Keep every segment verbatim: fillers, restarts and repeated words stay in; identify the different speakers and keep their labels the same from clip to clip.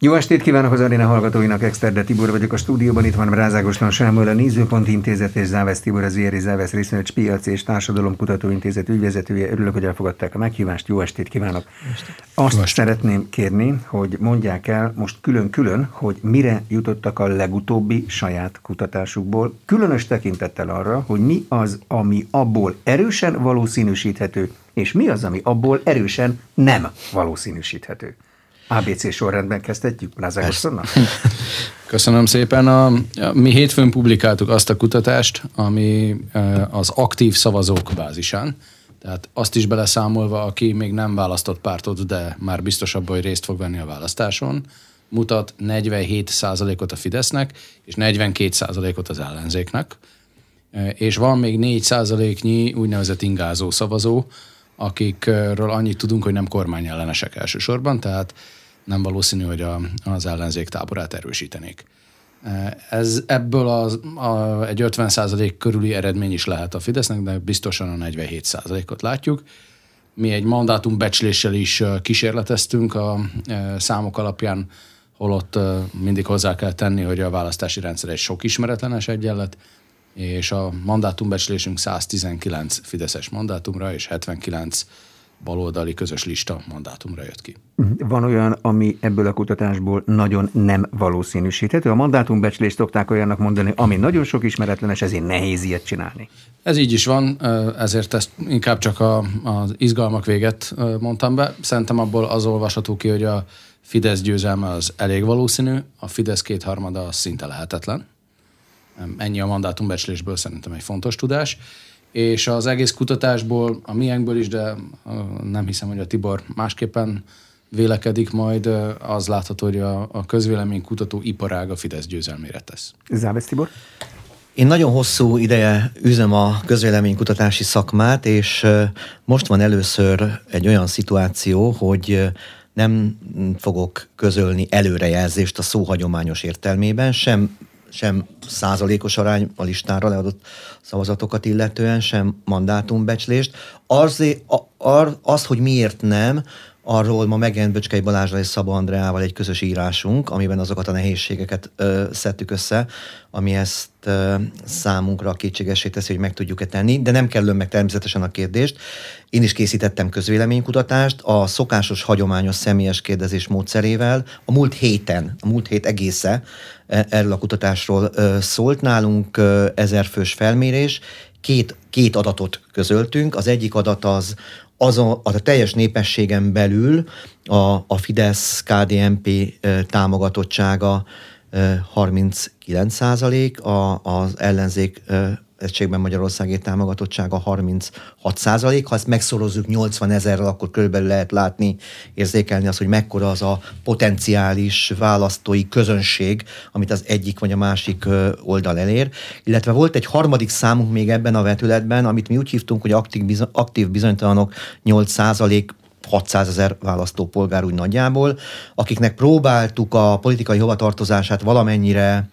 Speaker 1: Jó estét kívánok az aréna hallgatóinak, Exterde Tibor vagyok a stúdióban, itt van Rázágoston Sámuel, a Nézőpont Intézet és Závesz Tibor, az i er i Závesz Részvényes Piaci és Társadalomkutató Intézet ügyvezetője. Örülök, hogy elfogadták a meghívást, jó estét kívánok. Estét. Azt Most. szeretném kérni, hogy mondják el most külön-külön, hogy mire jutottak a legutóbbi saját kutatásukból, különös tekintettel arra, hogy mi az, ami abból erősen valószínűsíthető, és mi az, ami abból erősen nem valószínűsíthető. á bé cé sorrendben kezdhetjük, Rázágostonnal?
Speaker 2: Köszönöm szépen. A, a, mi hétfőn publikáltuk azt a kutatást, ami e, az aktív szavazók bázisán, tehát azt is beleszámolva, aki még nem választott pártot, de már biztosabb, hogy részt fog venni a választáson, mutat negyvenhét százalékot a Fidesznek, és negyvenkét százalékot az ellenzéknek, e, és van még négy százaléknyi úgynevezett ingázó szavazó, akikről annyit tudunk, hogy nem kormányellenesek elsősorban, tehát nem valószínű, hogy a, az ellenzék táborát erősítenék. Ez ebből az, a, egy ötven százalék körüli eredmény is lehet a Fidesznek, de biztosan a negyvenhét százalékot látjuk. Mi egy mandátumbecsléssel is kísérleteztünk a számok alapján, holott mindig hozzá kell tenni, hogy a választási rendszer egy sok ismeretlenes egyenlet, és a mandátumbecslésünk száztizenkilenc fideszes mandátumra és hetvenkilenc baloldali közös lista mandátumra jött ki.
Speaker 1: Van olyan, ami ebből a kutatásból nagyon nem valószínűsíthető? A mandátumbecslést szokták olyannak mondani, ami nagyon sok ismeretlenes, ezért nehéz ilyet csinálni.
Speaker 2: Ez így is van, ezért ezt inkább csak a, az izgalmak véget mondtam be. Szerintem abból az olvasható ki, hogy a Fidesz győzelme az elég valószínű, a Fidesz kétharmada az szinte lehetetlen. Ennyi a mandátumbecslésből szerintem egy fontos tudás. És az egész kutatásból, a miénkből is, de nem hiszem, hogy a Tibor másképpen vélekedik majd, az látható, hogy a, a közvéleménykutató iparág a Fidesz győzelmére tesz.
Speaker 1: Závesz Tibor?
Speaker 3: Én nagyon hosszú ideje üzem a közvéleménykutatási szakmát, és most van először egy olyan szituáció, hogy nem fogok közölni előrejelzést a szó hagyományos értelmében, sem sem százalékos arány a listára leadott szavazatokat illetően, sem mandátumbecslést. Azért, az, hogy miért nem, arról ma megjelent Böcskei Balázsral és Szabó Andreával egy közös írásunk, amiben azokat a nehézségeket ö, szedtük össze, ami ezt ö, számunkra kétségessé teszi, hogy meg tudjuk-e tenni, de nem kellően meg természetesen a kérdést. Én is készítettem közvéleménykutatást a szokásos, hagyományos személyes kérdezés módszerével. A múlt héten, a múlt hét egésze erről a kutatásról ö, szólt nálunk, ö, ezerfős felmérés, két, két adatot közöltünk. Az egyik adat az Az a, az a teljes népességen belül a, a Fidesz-ká dé en pé támogatottsága harminckilenc százalék, a, az ellenzék egységben Magyarországért támogatottsága harminchat százalék. Ha ezt megszorozzuk nyolcvanezerrel, akkor körülbelül lehet látni, érzékelni azt, hogy mekkora az a potenciális választói közönség, amit az egyik vagy a másik oldal elér. Illetve volt egy harmadik számunk még ebben a vetületben, amit mi úgy hívtunk, hogy aktív, bizony, aktív bizonytalanok nyolc százalék, hatszázezer választópolgár úgy nagyjából, akiknek próbáltuk a politikai hovatartozását valamennyire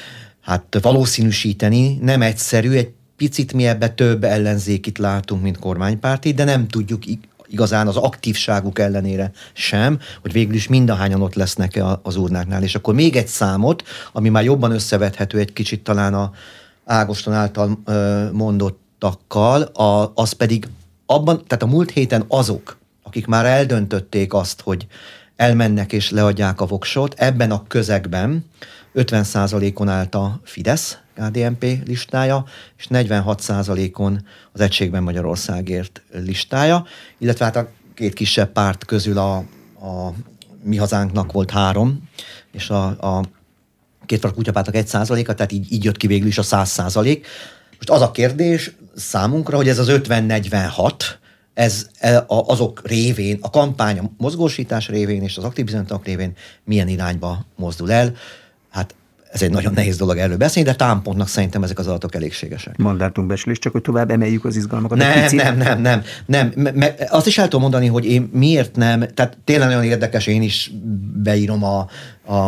Speaker 3: hát valószínűsíteni, nem egyszerű, egy picit mi ebbe több ellenzékit látunk, mint kormánypárti, de nem tudjuk igazán az aktívságuk ellenére sem, hogy végül is mindahányan ott lesznek az urnáknál. És akkor még egy számot, ami már jobban összevethető egy kicsit talán a Ágoston által mondottakkal, a, az pedig abban, tehát a múlt héten azok, akik már eldöntötték azt, hogy elmennek és leadják a voksot, ebben a közegben ötven százalékon állt a Fidesz-ká dé en pé listája, és negyvenhat százalékon az Egységben Magyarországért listája, illetve hát a két kisebb párt közül a, a Mi Hazánknak volt három, és a, a két farkú kutyapártnak egy százaléka, tehát így, így jött ki végül is a száz százalék. Most az a kérdés számunkra, hogy ez az ötven-negyvenhat, ez azok révén, a kampány, a mozgósítás révén és az aktív bizonytalanok révén milyen irányba mozdul el. Hát ez egy nagyon nehéz dolog erről beszélni, de támpontnak szerintem ezek az adatok elégségesek.
Speaker 1: Mandátumbecslés, csak hogy tovább emeljük az izgalmakat.
Speaker 3: Nem, nem, nem, nem, nem. Me, azt is el tudom mondani, hogy én miért nem, tehát tényleg nagyon érdekes, én is beírom a, a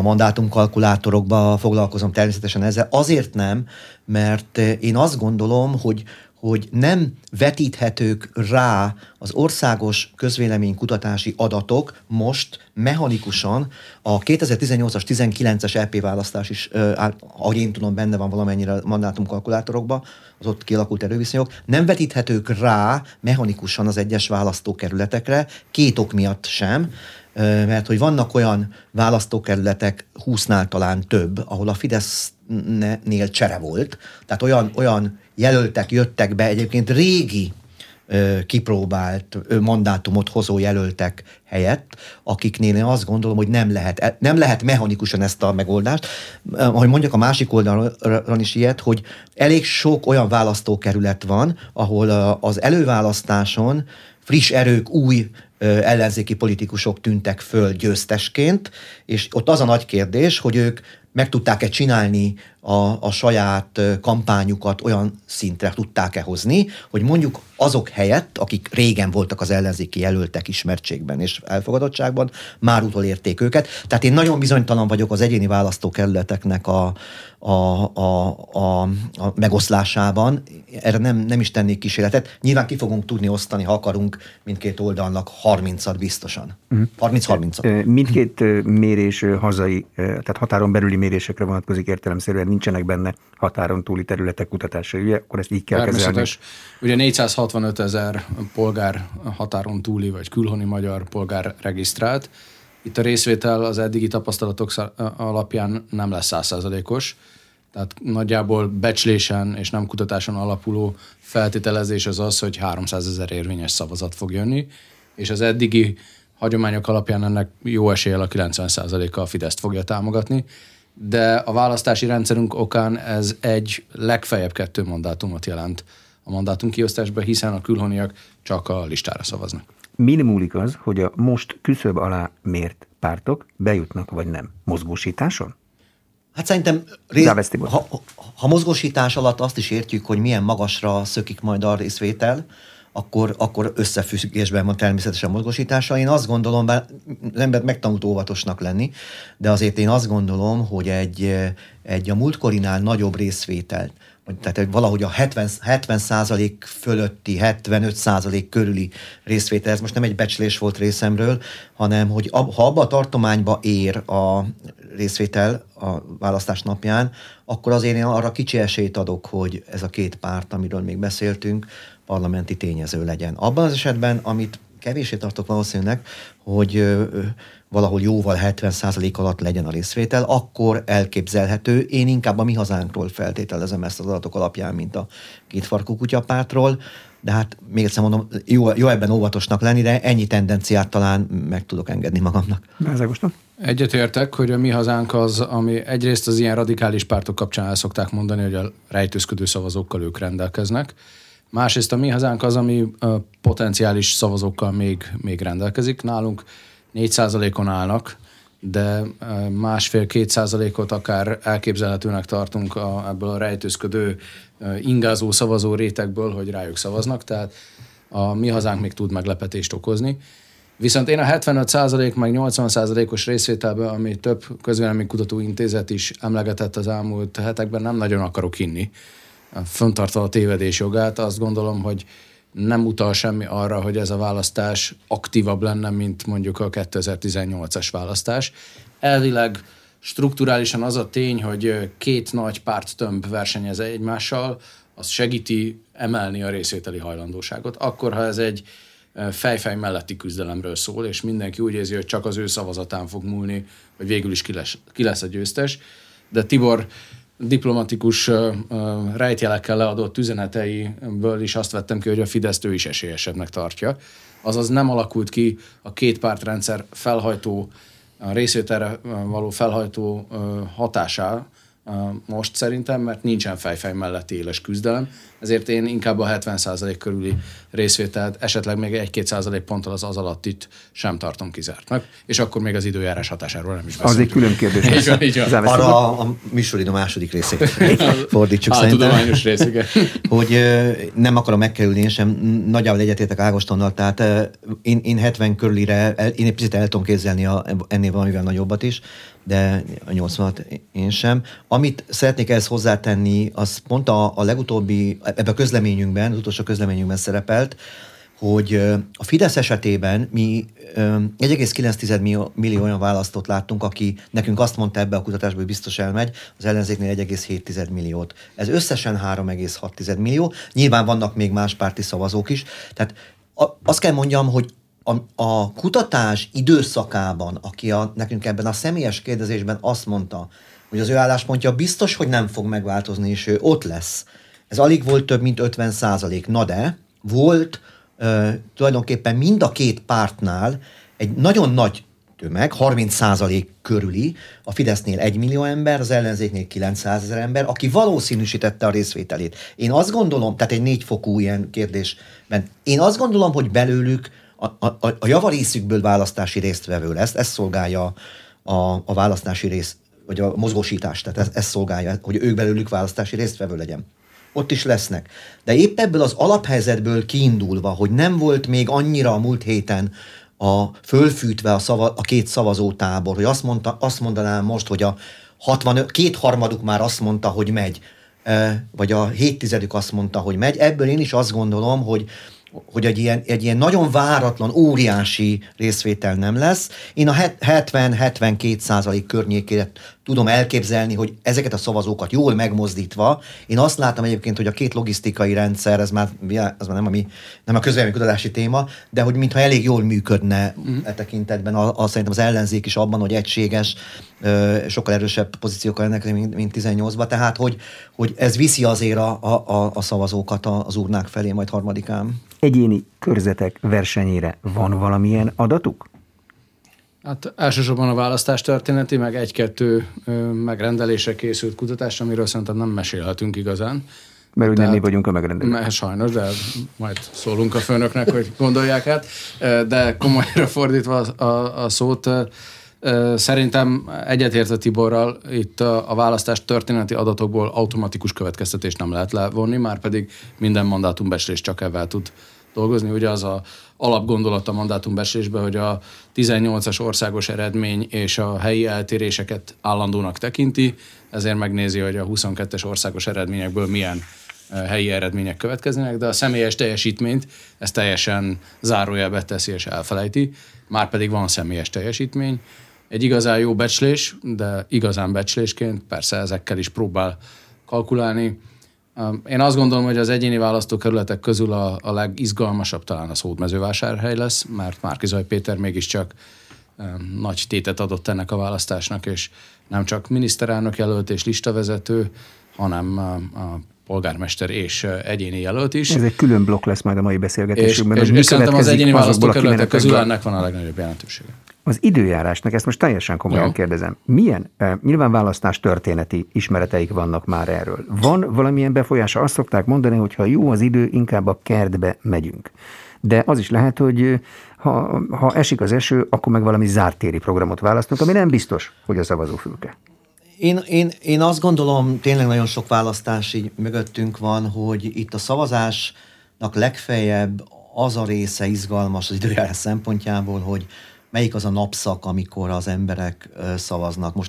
Speaker 3: mandátumkalkulátorokba, foglalkozom természetesen ezzel. Azért nem, mert én azt gondolom, hogy hogy nem vetíthetők rá az országos közvéleménykutatási adatok most mechanikusan a kétezer-tizennyolcas tizenkilences é pé választás is, ahogy én tudom, benne van valamennyire mandátumkalkulátorokban, az ott kialakult erőviszonyok, nem vetíthetők rá mechanikusan az egyes választókerületekre, két ok miatt sem, mert hogy vannak olyan választókerületek, húsznál talán több, ahol a Fidesznél csere volt, tehát olyan, olyan jelöltek jöttek be, egyébként régi kipróbált mandátumot hozó jelöltek helyett, akiknél én azt gondolom, hogy nem lehet, nem lehet mechanikusan ezt a megoldást. Ahogy mondjak, a másik oldalon is ilyet, hogy elég sok olyan választókerület van, ahol az előválasztáson friss erők, új ellenzéki politikusok tűntek föl győztesként, és ott az a nagy kérdés, hogy ők meg tudták-e csinálni a, a saját kampányukat, olyan szintre tudták-e hozni, hogy mondjuk azok helyett, akik régen voltak az ellenzéki jelöltek ismertségben és elfogadottságban, már utolérték őket. Tehát én nagyon bizonytalan vagyok az egyéni választókerületeknek a, a, a, a, a megoszlásában. Erre nem, nem is tennék kísérletet. Nyilván ki fogunk tudni osztani, ha akarunk, mindkét oldalnak harmincat biztosan. harminc-harmincat.
Speaker 1: Mindkét mérés hazai, tehát határon belüli mérésekre vonatkozik értelemszerűen, nincsenek benne határon túli területek kutatásai, ugye? Akkor ezt így kell kezelni.
Speaker 2: Ugye négyszázhatvanöt ezer polgár határon túli vagy külhoni magyar polgár regisztrált. Itt a részvétel az eddigi tapasztalatok alapján nem lesz száz százalékos. Tehát nagyjából becslésen és nem kutatáson alapuló feltételezés az az, hogy háromszázezer érvényes szavazat fog jönni, és az eddigi hagyományok alapján ennek jó eséllyel a kilencven százaléka a Fideszt fogja támogatni, de a választási rendszerünk okán ez egy legfeljebb kettő mandátumot jelent a mandátum kiosztásban, hiszen a külhoniak csak a listára szavaznak.
Speaker 1: Min múlik az, hogy a most küszöb alá mért pártok bejutnak vagy nem? Mozgósításon?
Speaker 3: Hát szerintem rész, ha, ha mozgósítás alatt azt is értjük, hogy milyen magasra szökik majd a részvétel, akkor, akkor összefüggésben van természetesen mozgósítása. Én azt gondolom, bár az ember megtanult óvatosnak lenni, de azért én azt gondolom, hogy egy, egy a múltkorinál nagyobb részvételt, tehát valahogy a hetven százalék fölötti, hetvenöt százalék körüli részvétel, ez most nem egy becslés volt részemről, hanem hogy ha abba a tartományba ér a részvétel a választás napján, akkor azért én arra kicsi esélyt adok, hogy ez a két párt, amiről még beszéltünk, parlamenti tényező legyen. Abban az esetben, amit kevéssé tartok valószínűleg, hogy ö, ö, valahol jóval hetven százalék alatt legyen a részvétel, akkor elképzelhető. Én inkább a Mi Hazánkról feltételezem ezt az adatok alapján, mint a Kétfarkú kutyapártról, de hát még egyszer mondom, jó, jó ebben óvatosnak lenni, de ennyi tendenciát talán meg tudok engedni magamnak.
Speaker 2: Egyetértek, hogy a Mi Hazánk az, ami egyrészt az ilyen radikális pártok kapcsán el szokták mondani, hogy a rejtőzködő szavazókkal ők rendelkeznek. Másrészt a Mi Hazánk az, ami uh, potenciális szavazókkal még, még rendelkezik. Nálunk négy százalékon állnak, de uh, másfél-két százalékot akár elképzelhetőnek tartunk a, ebből a rejtőzködő, uh, ingázó szavazó rétegből, hogy rájuk szavaznak, tehát a Mi Hazánk még tud meglepetést okozni. Viszont én a hetvenöt százalék meg nyolcvan százalékos részvételben, ami több közvéleménykutató intézet is emlegetett az elmúlt hetekben, nem nagyon akarok hinni. Föntartva a tévedés jogát, azt gondolom, hogy nem utal semmi arra, hogy ez a választás aktívabb lenne, mint mondjuk a kétezer-tizennyolcas választás. Elvileg strukturálisan az a tény, hogy két nagy párttömb versenyez egymással, az segíti emelni a részvételi hajlandóságot. Akkor, ha ez egy fejfej melletti küzdelemről szól, és mindenki úgy érzi, hogy csak az ő szavazatán fog múlni, hogy végül is ki lesz, ki lesz a győztes. De Tibor diplomatikus uh, rejtjelekkel leadott üzeneteiből is azt vettem ki, hogy a Fideszt ő is esélyesebbnek tartja. Azaz nem alakult ki a két pártrendszer felhajtó, a részvételre való felhajtó uh, hatásá uh, most szerintem, mert nincsen fejfej melletti éles küzdelem, ezért én inkább a hetven százalék körüli részvételt, esetleg még egy-két százalék ponttal az az alatt itt sem tartom kizártnak, és akkor még az időjárás hatásáról nem is beszélünk.
Speaker 1: Az egy külön kérdés.
Speaker 2: Így van, így van.
Speaker 3: Arra a, a műsorid a második részét fordítsuk
Speaker 2: a
Speaker 3: szerintem.
Speaker 2: tudományos rész, igen.
Speaker 3: Hogy nem akarom megkerülni, én sem nagyjából egyetértek Ágostonnal, tehát én, én hetven körülire, én egy picit el tudom képzelni a, ennél valamivel nagyobbat is, de a nyolcvanhat én sem. Amit szeretnék ehhez hozzátenni, az pont a, a legutóbbi, ebben a közleményünkben, az utolsó közleményünkben szerepelt, hogy a Fidesz esetében mi egy egész kilenc millió olyan választót láttunk, aki nekünk azt mondta ebbe a kutatásba, hogy biztos elmegy, az ellenzéknél egy egész hét milliót. Ez összesen három egész hat millió. Nyilván vannak még más párti szavazók is. Tehát azt kell mondjam, hogy a, a kutatás időszakában, aki a, nekünk ebben a személyes kérdezésben azt mondta, hogy az ő álláspontja biztos, hogy nem fog megváltozni, és ő ott lesz. Ez alig volt több, mint ötven százalék. Na de volt Uh, tulajdonképpen mind a két pártnál egy nagyon nagy tömeg, harminc százalék körüli, a Fidesznél egy millió ember, az ellenzéknél kilencszázezer ember, aki valószínűsítette a részvételét. Én azt gondolom, tehát egy négyfokú ilyen kérdésben, én azt gondolom, hogy belőlük a, a, a javarészükből választási résztvevő lesz, ez szolgálja a, a választási rész, vagy a mozgósítást, tehát ez, ez szolgálja, hogy ők belőlük választási résztvevő legyen. Ott is lesznek. De épp ebből az alaphelyzetből kiindulva, hogy nem volt még annyira a múlt héten a fölfűtve a, szava, a két szavazótábor, hogy azt, mondta, azt mondanám most, hogy a hatvanöt, kétharmaduk már azt mondta, hogy megy, vagy a héttizedük azt mondta, hogy megy. Ebből én is azt gondolom, hogy hogy egy ilyen, egy ilyen nagyon váratlan, óriási részvétel nem lesz. Én a hetven-hetvenkét százalék környékére tudom elképzelni, hogy ezeket a szavazókat jól megmozdítva, én azt látom egyébként, hogy a két logisztikai rendszer, ez már, ez már nem, a mi, nem a közvéleménykutatási téma, de hogy mintha elég jól működne mm. e tekintetben, a, a, szerintem az ellenzék is abban, hogy egységes, ö, sokkal erősebb pozíciókkal ennek, mint, mint tizennyolcban, tehát hogy, hogy ez viszi azért a, a, a szavazókat az urnák felé majd harmadikán.
Speaker 1: Egyéni körzetek versenyére van valamilyen adatuk?
Speaker 2: Hát elsősorban a választástörténeti, meg egy-kettő megrendelésre készült kutatás, amiről szerintem nem mesélhetünk igazán.
Speaker 1: Mert ugye mi vagyunk a megrendelők.
Speaker 2: Sajnos, de majd szólunk a főnöknek, hogy gondolják át. De komolyra fordítva a, a, a szót, szerintem egyetért a Tiborral, itt a, a választás történeti adatokból automatikus következtetést nem lehet levonni, már pedig minden mandátumbecslés csak ebben tud dolgozni. Ugye az a alapgondolat a mandátumbecslésben, hogy a tizennyolcas országos eredmény és a helyi eltéréseket állandónak tekinti, ezért megnézi, hogy a huszonkettes országos eredményekből milyen helyi eredmények következnek, de a személyes teljesítményt ezt teljesen zárójelbe teszi és elfelejti, már pedig van személyes teljesítmény. Egy igazán jó becslés, de igazán becslésként persze ezekkel is próbál kalkulálni. Én azt gondolom, hogy az egyéni választókerületek közül a, a legizgalmasabb talán a Hódmezővásárhely lesz, mert Márki-Zay Péter mégiscsak um, nagy tétet adott ennek a választásnak, és nem csak miniszterelnök jelölt és listavezető, hanem a, a polgármester és egyéni jelölt is.
Speaker 1: Ez egy külön blokk lesz majd a mai beszélgetésünkben.
Speaker 2: És, és, és szerintem az egyéni választókerületek közül ennek van a legnagyobb jelentősége.
Speaker 1: Az időjárásnak, ezt most teljesen komolyan ja. kérdezem, milyen, eh, nyilván választás történeti ismereteik vannak már erről. Van valamilyen befolyása? Azt szokták mondani, hogy ha jó az idő, inkább a kertbe megyünk. De az is lehet, hogy ha, ha esik az eső, akkor meg valami zártéri programot választunk, ami nem biztos, hogy a szavazófülke.
Speaker 3: Én, én, én azt gondolom, tényleg nagyon sok választás így mögöttünk van, hogy itt a szavazásnak legfeljebb az a része izgalmas az időjárás szempontjából, hogy melyik az a napszak, amikor az emberek szavaznak. Most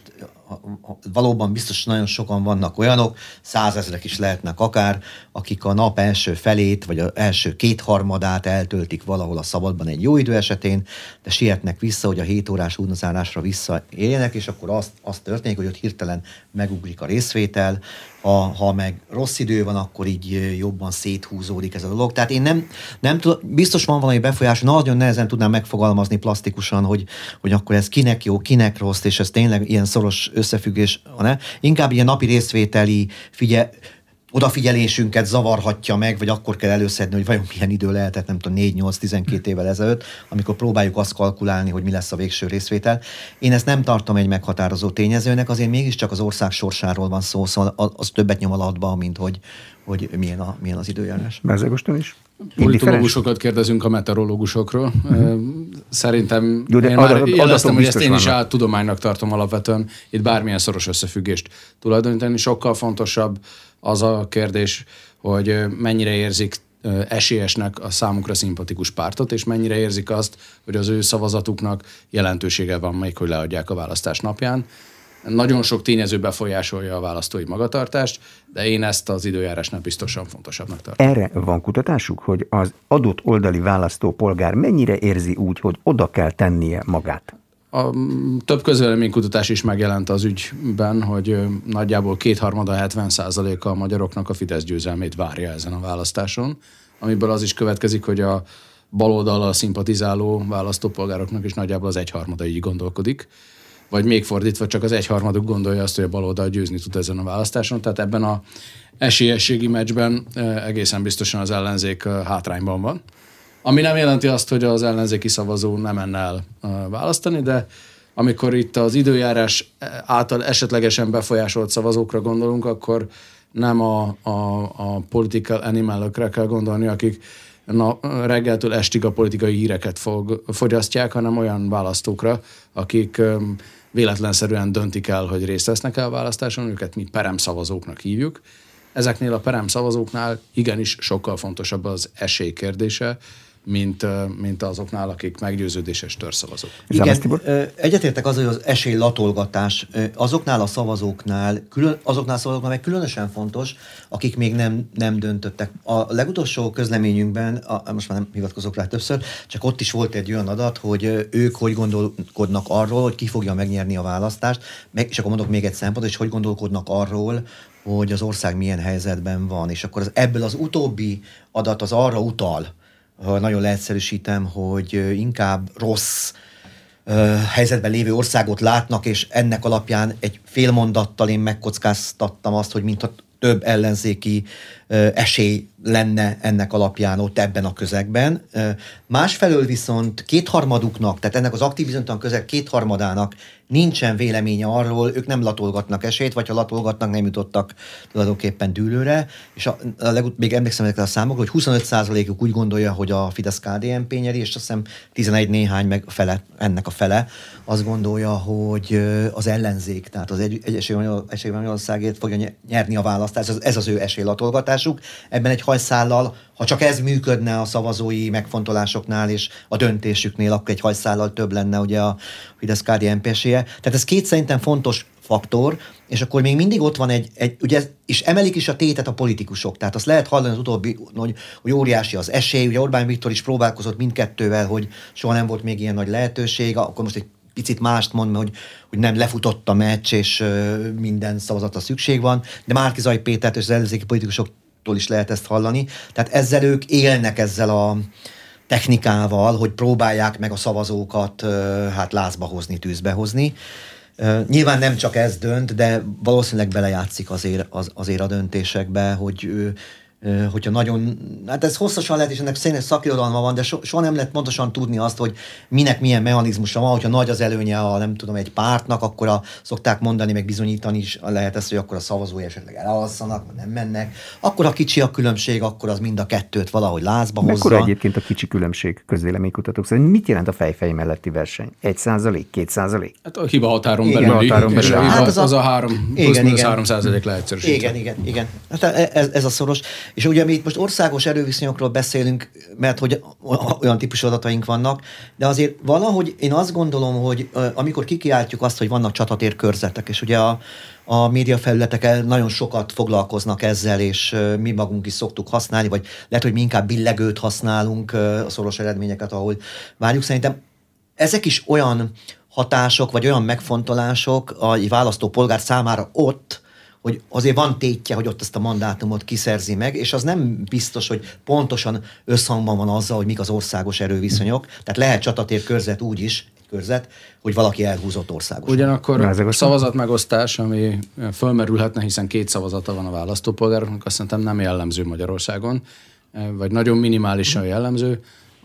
Speaker 3: valóban biztos nagyon sokan vannak olyanok, százezrek is lehetnek akár, akik a nap első felét, vagy az első kétharmadát eltöltik valahol a szabadban egy jó idő esetén, de sietnek vissza, hogy a hét órás útnazárásra visszaéljenek, és akkor azt, azt történik, hogy ott hirtelen megugrik a részvétel, ha, ha meg rossz idő van, akkor így jobban széthúzódik ez a dolog. Tehát én nem, nem tudom, biztos van valami befolyás, nagyon nehezen tudnám megfogalmazni plastikusan, hogy, hogy akkor ez kinek jó, kinek rossz, és ez tényleg ilyen szoros összefüggés, ne? Inkább ilyen napi részvételi figye, odafigyelésünket zavarhatja meg, vagy akkor kell előszedni, hogy vajon milyen idő lehetett, nem tudom, négy nyolc tizenkét évvel ezelőtt, amikor próbáljuk azt kalkulálni, hogy mi lesz a végső részvétel. Én ezt nem tartom egy meghatározó tényezőnek, azért mégiscsak az ország sorsáról van szó, szóval az többet nyom alatba, mint hogy, hogy milyen, a, milyen az időjárás.
Speaker 1: Berzegoston is?
Speaker 2: Politológusokat kérdezünk a meteorológusokról. Uh-huh. Szerintem
Speaker 1: Jó,
Speaker 2: én már jeleztem, hogy ezt én is áltudománynak tartom alapvetően. Itt bármilyen szoros összefüggést tulajdonítani. Sokkal fontosabb az a kérdés, hogy mennyire érzik esélyesnek a számukra szimpatikus pártot, és mennyire érzik azt, hogy az ő szavazatuknak jelentősége van még, hogy leadják a választás napján. Nagyon sok tényező befolyásolja a választói magatartást, de én ezt az időjárásnál biztosan fontosabbnak tartom.
Speaker 1: Erre van kutatásuk, hogy az adott oldali választópolgár mennyire érzi úgy, hogy oda kell tennie magát?
Speaker 2: A több közvéleménykutatás is megjelent az ügyben, hogy nagyjából kétharmada, hetven százaléka a magyaroknak a Fidesz győzelmét várja ezen a választáson, amiből az is következik, hogy a baloldallal szimpatizáló választópolgároknak is nagyjából az egyharmada így gondolkodik, vagy még fordítva csak az egyharmaduk gondolja azt, hogy a baloldal győzni tud ezen a választáson, tehát ebben a esélyességi meccsben egészen biztosan az ellenzék hátrányban van. Ami nem jelenti azt, hogy az ellenzéki szavazó nem menne el választani, de amikor itt az időjárás által esetlegesen befolyásolt szavazókra gondolunk, akkor nem a, a, a political animalokra kell gondolni, akik na, reggeltől estig a politikai híreket fog, fogyasztják, hanem olyan választókra, akik véletlenszerűen döntik el, hogy részt vesznek el a választáson, őket mi peremszavazóknak hívjuk. Ezeknél a peremszavazóknál igenis sokkal fontosabb az esély kérdése, mint, mint azoknál, akik meggyőződéses törzszavazók.
Speaker 3: Igen, egyetértek az, hogy az esélylatolgatás azoknál a szavazóknál, külön, azoknál a szavazóknál meg különösen fontos, akik még nem, nem döntöttek. A legutolsó közleményünkben, a, most már nem hivatkozok rá többször, csak ott is volt egy olyan adat, hogy ők hogy gondolkodnak arról, hogy ki fogja megnyerni a választást, meg, és akkor mondok még egy szempontot, és hogy gondolkodnak arról, hogy az ország milyen helyzetben van. És akkor az, ebből az utóbbi adat az arra utal, ha nagyon leegyszerűsítem, hogy inkább rossz uh, helyzetben lévő országot látnak, és ennek alapján egy fél mondattal én megkockáztattam azt, hogy mintha több ellenzéki uh, esély lenne ennek alapján ott ebben a közegben. Uh, másfelől viszont kétharmaduknak, tehát ennek az aktív bizonytalan közeg kétharmadának nincsen véleménye arról, ők nem latolgatnak esélyt, vagy ha latolgatnak, nem jutottak tulajdonképpen dűlőre, és a, a legut- még emlékszem ezekre a számokra, hogy huszonöt százalékuk úgy gondolja, hogy a Fidesz-ká dé en pé nyeri, és azt hiszem tizenegy néhány, meg fele, ennek a fele, azt gondolja, hogy az ellenzék, tehát az egy, Egyesült Magyarországért fogja nyerni a választást, ez, ez az ő esélylatolgatásuk. Ebben egy hajszállal, ha csak ez működne a szavazói megfontolásoknál és a döntésüknél, akkor egy hajszállal több lenne ugye a Fidesz-ká dé en pé esélye. Tehát ez két szerintem fontos faktor, és akkor még mindig ott van egy, egy ugye, és emelik is a tétet a politikusok. Tehát azt lehet hallani az utóbbi, hogy, hogy óriási az esély. Ugye Orbán Viktor is próbálkozott mindkettővel, hogy soha nem volt még ilyen nagy lehetőség, akkor most egy picit mást mond, hogy, hogy nem lefutott a meccs, és uh, minden szavazatra szükség van, de Márki-Zay Pétert és az ellenzéki politikusoktól is lehet ezt hallani. Tehát ezzel ők élnek ezzel a technikával, hogy próbálják meg a szavazókat uh, hát lázba hozni, tűzbe hozni. Uh, nyilván nem csak ez dönt, de valószínűleg belejátszik azért, az, azért a döntésekbe, hogy uh, hogyha nagyon, hát ez hosszasan lehet, és ennek szépen szakirodalma van, de so, soha nem lehet pontosan tudni azt, hogy minek milyen mechanizmusa van, hogyha nagy az előnye a, nem tudom, egy pártnak, akkor a, szokták mondani, meg bizonyítani is lehet ezt, hogy akkor a szavazói esetleg elalszanak, nem mennek. Akkor a kicsi a különbség, akkor az mind a kettőt valahogy lázba hozza.
Speaker 1: Mekkora egyébként a kicsi különbség közvéleménykutatók szerint? Mit jelent a fejfej melletti verseny? Egy százalék, két százalék?
Speaker 2: Hát a hiba határon belüli. Hát az, az a három, plusz mínusz három százalék leegyszerűsítve.
Speaker 3: Igen, igen, igen. Hát ez, ez a szoros. És ugye mi itt most országos erőviszonyokról beszélünk, mert hogy olyan típusú adataink vannak, de azért valahogy én azt gondolom, hogy amikor kikiáltjuk azt, hogy vannak csatatérkörzetek, és ugye a, a médiafelületek nagyon sokat foglalkoznak ezzel, és mi magunk is szoktuk használni, vagy lehet, hogy mi inkább billegőt használunk a szoros eredményeket, ahol várjuk. Szerintem ezek is olyan hatások, vagy olyan megfontolások a választópolgár számára ott, hogy azért van tétje, hogy ott ezt a mandátumot kiszerzi meg, és az nem biztos, hogy pontosan összhangban van azzal, hogy mik az országos erőviszonyok. Tehát lehet csatatér körzet úgy is, egy körzet, hogy valaki elhúzott országos.
Speaker 2: Ugyanakkor a szavazatmegosztás, ami fölmerülhetne, hiszen két szavazata van a választópolgároknak, azt szerintem nem jellemző Magyarországon, vagy nagyon minimálisan jellemző.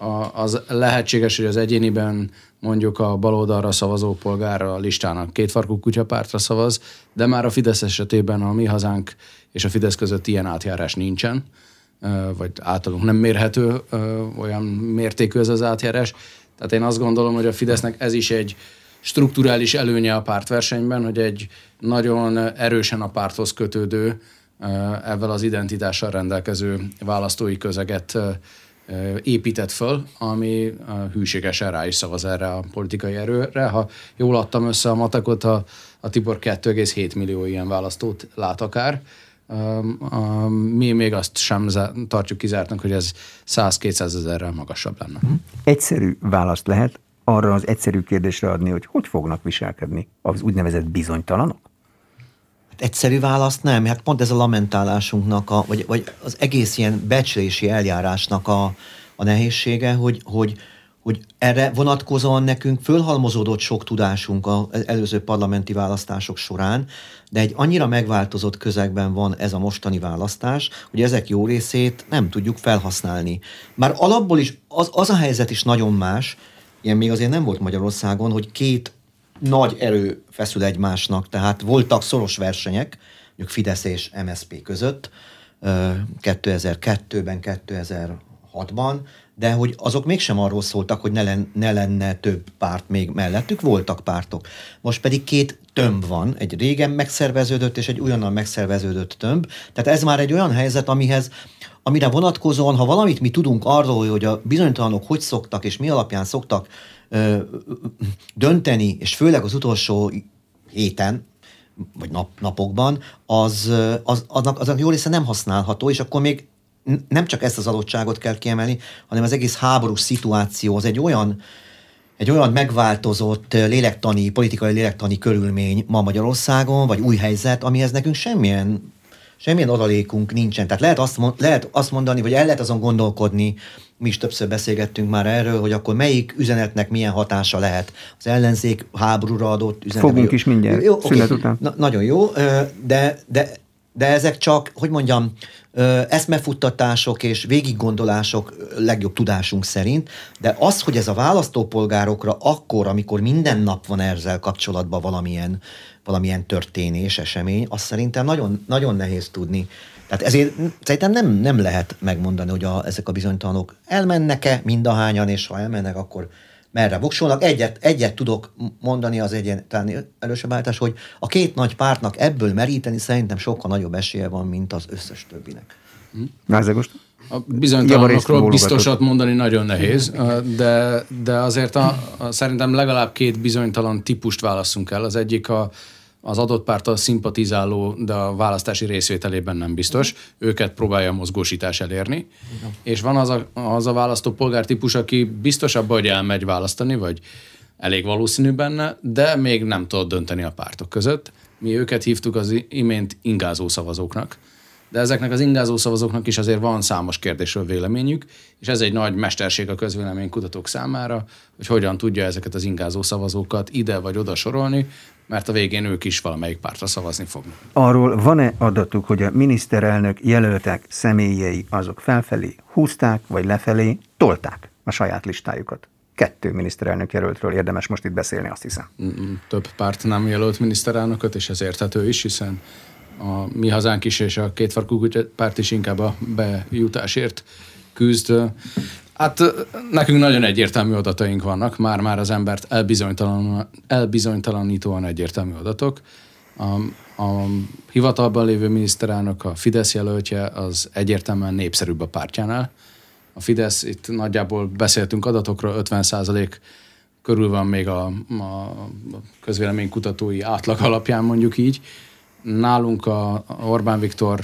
Speaker 2: Az lehetséges, hogy az egyéniben mondjuk a baloldalra szavazó polgár a listának kétfarkú kutyapártra szavaz, de már a Fidesz esetében a Mi Hazánk és a Fidesz között ilyen átjárás nincsen, vagy általunk nem mérhető olyan mértékű ez az átjárás. Tehát én azt gondolom, hogy a Fidesznek ez is egy strukturális előnye a pártversenyben, hogy egy nagyon erősen a párthoz kötődő ezzel az identitással rendelkező választói közeget épített föl, ami hűségesen rá is szavaz erre a politikai erőre. Ha jól adtam össze a matekot, a, a Tibor kettő egész hét millió ilyen választót lát akár. Mi még azt sem tartjuk kizártnak, hogy ez száz-kétszáz ezerrel magasabb lenne.
Speaker 1: Egyszerű választ lehet arra az egyszerű kérdésre adni, hogy hogy fognak viselkedni az úgynevezett bizonytalanok?
Speaker 3: Egyszerű választ nem, hát pont ez a lamentálásunknak, a, vagy, vagy az egész ilyen becslési eljárásnak a, a nehézsége, hogy, hogy, hogy erre vonatkozóan nekünk fölhalmozódott sok tudásunk az előző parlamenti választások során, de egy annyira megváltozott közegben van ez a mostani választás, hogy ezek jó részét nem tudjuk felhasználni. Már alapból is az, az a helyzet is nagyon más, ilyen még azért nem volt Magyarországon, hogy két nagy erő feszül egymásnak, tehát voltak szoros versenyek, mondjuk Fidesz és em es zé pé között kétezer-kettőben, kétezer-hatban, de hogy azok mégsem arról szóltak, hogy ne, len, ne lenne több párt még mellettük, voltak pártok. Most pedig két tömb van, egy régen megszerveződött és egy újonnan megszerveződött tömb, tehát ez már egy olyan helyzet, amihez, amire vonatkozóan, ha valamit mi tudunk arról, hogy a bizonytalanok hogy szoktak és mi alapján szoktak ö, dönteni, és főleg az utolsó héten, vagy nap, napokban, az, az, aznak, aznak jó része nem használható, és akkor még nem csak ezt az adottságot kell kiemelni, hanem az egész háborús szituáció az egy olyan, egy olyan megváltozott lélektani, politikai lélektani körülmény ma Magyarországon, vagy új helyzet, amihez nekünk semmilyen, semmilyen adalékunk nincsen. Tehát lehet azt, lehet azt mondani, vagy el lehet azon gondolkodni, mi is többször beszélgettünk már erről, hogy akkor melyik üzenetnek milyen hatása lehet. Az ellenzék háborúra adott üzenet.
Speaker 1: Fogunk is mindjárt, jó, szünet okay. után.
Speaker 3: Na, nagyon jó, de, de, de ezek csak, hogy mondjam, eszmefuttatások és végiggondolások legjobb tudásunk szerint, de az, hogy ez a választópolgárokra akkor, amikor minden nap van ezzel kapcsolatban valamilyen, valamilyen történés, esemény, azt szerintem nagyon, nagyon nehéz tudni. Tehát ezért szerintem nem, nem lehet megmondani, hogy a, ezek a bizonytalanok elmennek-e mindahányan, és ha elmennek, akkor merre voksolnak. Egyet, egyet tudok mondani az egyetlen elősebb állítás, hogy a két nagy pártnak ebből meríteni szerintem sokkal nagyobb esélye van, mint az összes többinek.
Speaker 1: Vázagost?
Speaker 2: A bizonytalanokról biztosat mondani nagyon nehéz, de, de azért a, a, szerintem legalább két bizonytalan típust válasszunk el. Az egyik a, az adott párttal szimpatizáló, de a választási részvételében nem biztos. Őket próbálja a mozgósítás elérni. Igen. És van az a, az a választópolgár típus, aki biztosabb, hogy elmegy választani, vagy elég valószínű benne, de még nem tud dönteni a pártok között. Mi őket hívtuk az imént ingázó szavazóknak. De ezeknek az ingázó szavazóknak is azért van számos kérdésről véleményük, és ez egy nagy mesterség a közvéleménykutatók számára, hogy hogyan tudja ezeket az ingázó szavazókat ide vagy oda sorolni, mert a végén ők is valamelyik pártra szavazni fognak.
Speaker 1: Arról van-e adatuk, hogy a miniszterelnök jelöltek személyei azok felfelé húzták, vagy lefelé tolták a saját listájukat? Kettő miniszterelnök jelöltről érdemes most itt beszélni, azt hiszem.
Speaker 2: Több párt nem jelölt miniszterelnököt, és ez érthető is, hiszen a Mi Hazánk is és a Kétfarkú párt is inkább a bejutásért küzd. Hát nekünk nagyon egyértelmű adataink vannak, már-már az embert elbizonytalan, elbizonytalanítóan egyértelmű adatok. A, a hivatalban lévő miniszterelnök, a Fidesz jelöltje, az egyértelműen népszerűbb a pártjánál. A Fidesz, itt nagyjából beszéltünk adatokról, ötven százalék körül van még a, a közvéleménykutatói átlag alapján, mondjuk így. Nálunk a Orbán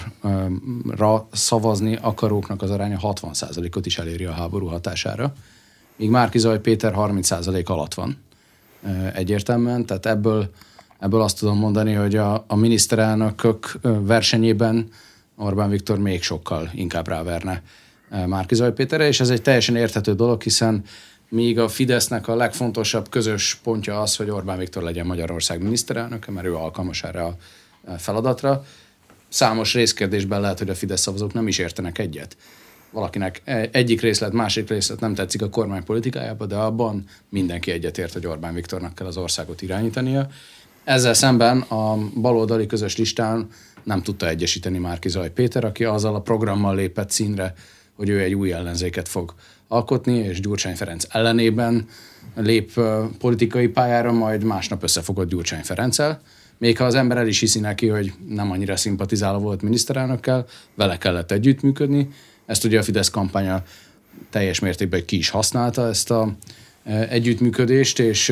Speaker 2: Viktorra szavazni akaróknak az aránya hatvan százalékot is eléri a háború hatására, míg Márki-Zay Péter harminc százalék alatt van egyértelműen, tehát ebből, ebből azt tudom mondani, hogy a, a miniszterelnökök versenyében Orbán Viktor még sokkal inkább ráverne Márki-Zay Péterre, és ez egy teljesen érthető dolog, hiszen míg a Fidesznek a legfontosabb közös pontja az, hogy Orbán Viktor legyen Magyarország miniszterelnöke, mert ő alkalmas erre a feladatra. Számos részkérdésben lehet, hogy a Fidesz szavazók nem is értenek egyet. Valakinek egyik részlet, másik részlet nem tetszik a kormány politikájába, de abban mindenki egyetért, hogy Orbán Viktornak kell az országot irányítania. Ezzel szemben a baloldali közös listán nem tudta egyesíteni Márki-Zay Péter, aki azzal a programmal lépett színre, hogy ő egy új ellenzéket fog alkotni, és Gyurcsány Ferenc ellenében lép politikai pályára, majd másnap összefogott Gyurcsány Ferenccel. még ha az ember el is hiszi neki, hogy nem annyira szimpatizáló volt miniszterelnökkel, vele kellett együttműködni. Ezt ugye a Fidesz kampánya teljes mértékben ki is használta ezt a együttműködést, és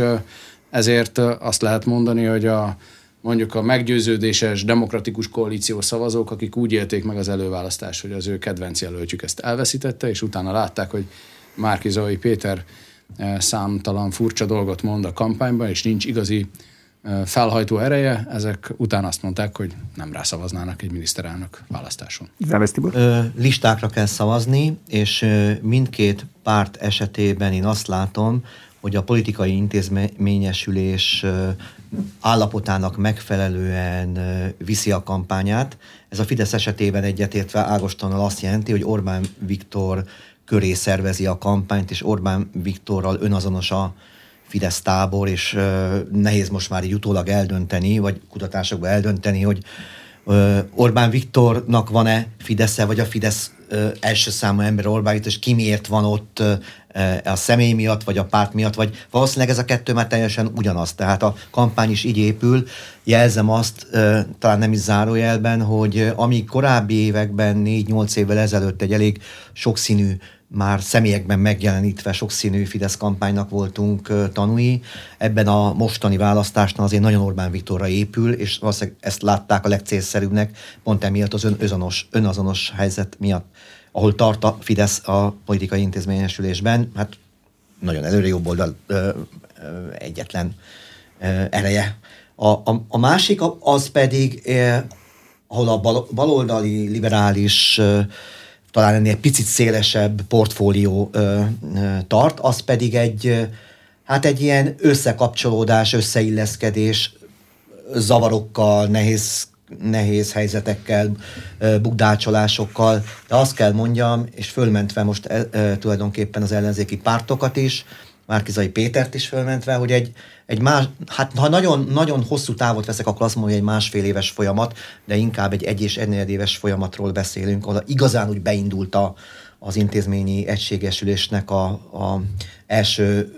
Speaker 2: ezért azt lehet mondani, hogy a, mondjuk a meggyőződéses demokratikus koalíciós szavazók, akik úgy élték meg az előválasztást, hogy az ő kedvenc jelöltjük ezt elveszítette, és utána látták, hogy Márki-Zay Péter számtalan furcsa dolgot mond a kampányban, és nincs igazi felhajtó ereje, ezek után azt mondták, hogy nem rászavaznának egy miniszterelnök választáson.
Speaker 1: Záves Tibor?
Speaker 3: Listákra kell szavazni, és mindkét párt esetében én azt látom, hogy a politikai intézményesülés állapotának megfelelően viszi a kampányát. Ez a Fidesz esetében egyetértve Ágostonnal azt jelenti, hogy Orbán Viktor köré szervezi a kampányt, és Orbán Viktorral önazonos a Fidesz tábor, és uh, nehéz most már így utólag eldönteni, vagy kutatásokban eldönteni, hogy uh, Orbán Viktornak van-e Fidesze, vagy a Fidesz uh, első számú ember Orbán Viktor, és ki miért van ott uh, a személy miatt, vagy a párt miatt, vagy valószínűleg ez a kettő már teljesen ugyanaz. Tehát a kampány is így épül. Jelzem azt, uh, talán nem is zárójelben, hogy uh, amíg korábbi években, négy-nyolc évvel ezelőtt egy elég sokszínű, már személyekben megjelenítve sokszínű Fidesz kampánynak voltunk uh, tanúi. Ebben a mostani választásnál azért nagyon Orbán Viktorra épül, és valószínűleg ezt látták a legcélszerűbbnek, pont emiatt az ön, önazonos, önazonos helyzet miatt, ahol tart a Fidesz a politikai intézményesülésben, hát nagyon előre jobb oldal ö, ö, egyetlen ö, ereje. A, a, a másik az pedig, ö, ahol a bal, baloldali, liberális, ö, talán ennél picit szélesebb portfólió ö, ö, tart, az pedig egy, ö, hát egy ilyen összekapcsolódás, összeilleszkedés zavarokkal, nehéz nehéz helyzetekkel, bukdácsolásokkal, de azt kell mondjam, és fölmentve most e, e, tulajdonképpen az ellenzéki pártokat is, Márki-Zay Pétert is fölmentve, hogy egy, egy más, hát ha nagyon, nagyon hosszú távot veszek, akkor azt mondom, hogy egy másfél éves folyamat, de inkább egy egy és egy éves folyamatról beszélünk, ahol igazán úgy beindult a, az intézményi egységesülésnek a, a első